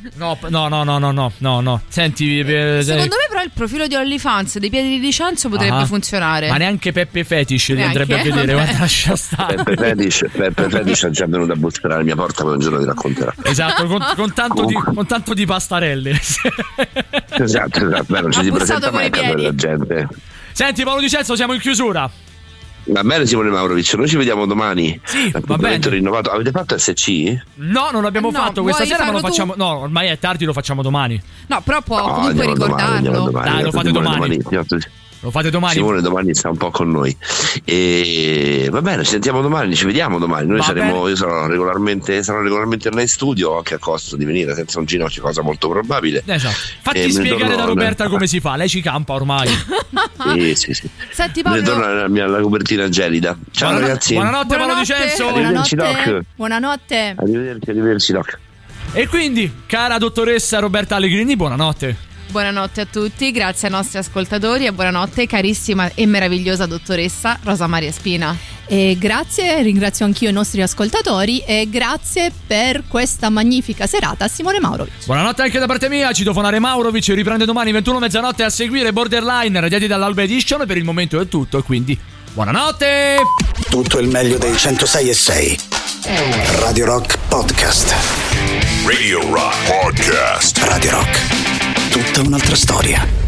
No. Senti, secondo me però il profilo di OnlyFans dei piedi di Dicenzo potrebbe funzionare. Ma neanche Peppe Fetish li andrebbe a vedere. Guarda, lascia stare. Peppe Fetish è già venuto a bussare alla mia porta, poi un giorno ti racconterà. Esatto, con tanto di pastarelle. Esatto. Beh, non ci si presenta mai per la gente. Senti, Paolo Dicenzo, siamo in chiusura. Va bene, Simone Maurovic, noi ci vediamo domani. Sì, va bene. Rinnovato. Avete fatto SC? No, non l'abbiamo fatto questa sera, ma lo facciamo. No, ormai è tardi, lo facciamo domani. No, però può comunque ricordarlo. Dai, lo fate domani. Lo fate domani. Simone domani sta un po' con noi. E va bene, ci sentiamo domani, ci vediamo domani. Noi io sarò regolarmente in studio, anche a costo di venire senza un ginocchio, cosa molto probabile. Esatto. Fatti spiegare da Roberta come si fa, lei ci campa ormai. Sì. Senti, Paolo, ritorno alla copertina gelida. Ciao ragazzi. Buonanotte Paolo Dicenzo. Buonanotte. Arrivederci Doc. E quindi, cara dottoressa Roberta Allegrini, buonanotte. Buonanotte a tutti, grazie ai nostri ascoltatori, e buonanotte carissima e meravigliosa dottoressa Rosa Maria Spina. E grazie, ringrazio anch'io i nostri ascoltatori, e grazie per questa magnifica serata a Simone Maurovic. Buonanotte anche da parte mia, Citofonare Maurovic riprende domani 21 mezzanotte, a seguire Borderline radiati dall'Alba Edition. Per il momento è tutto, e quindi buonanotte. Tutto il meglio dei 106.6 Radio Rock Podcast. Radio Rock Podcast. Radio Rock, tutta un'altra storia.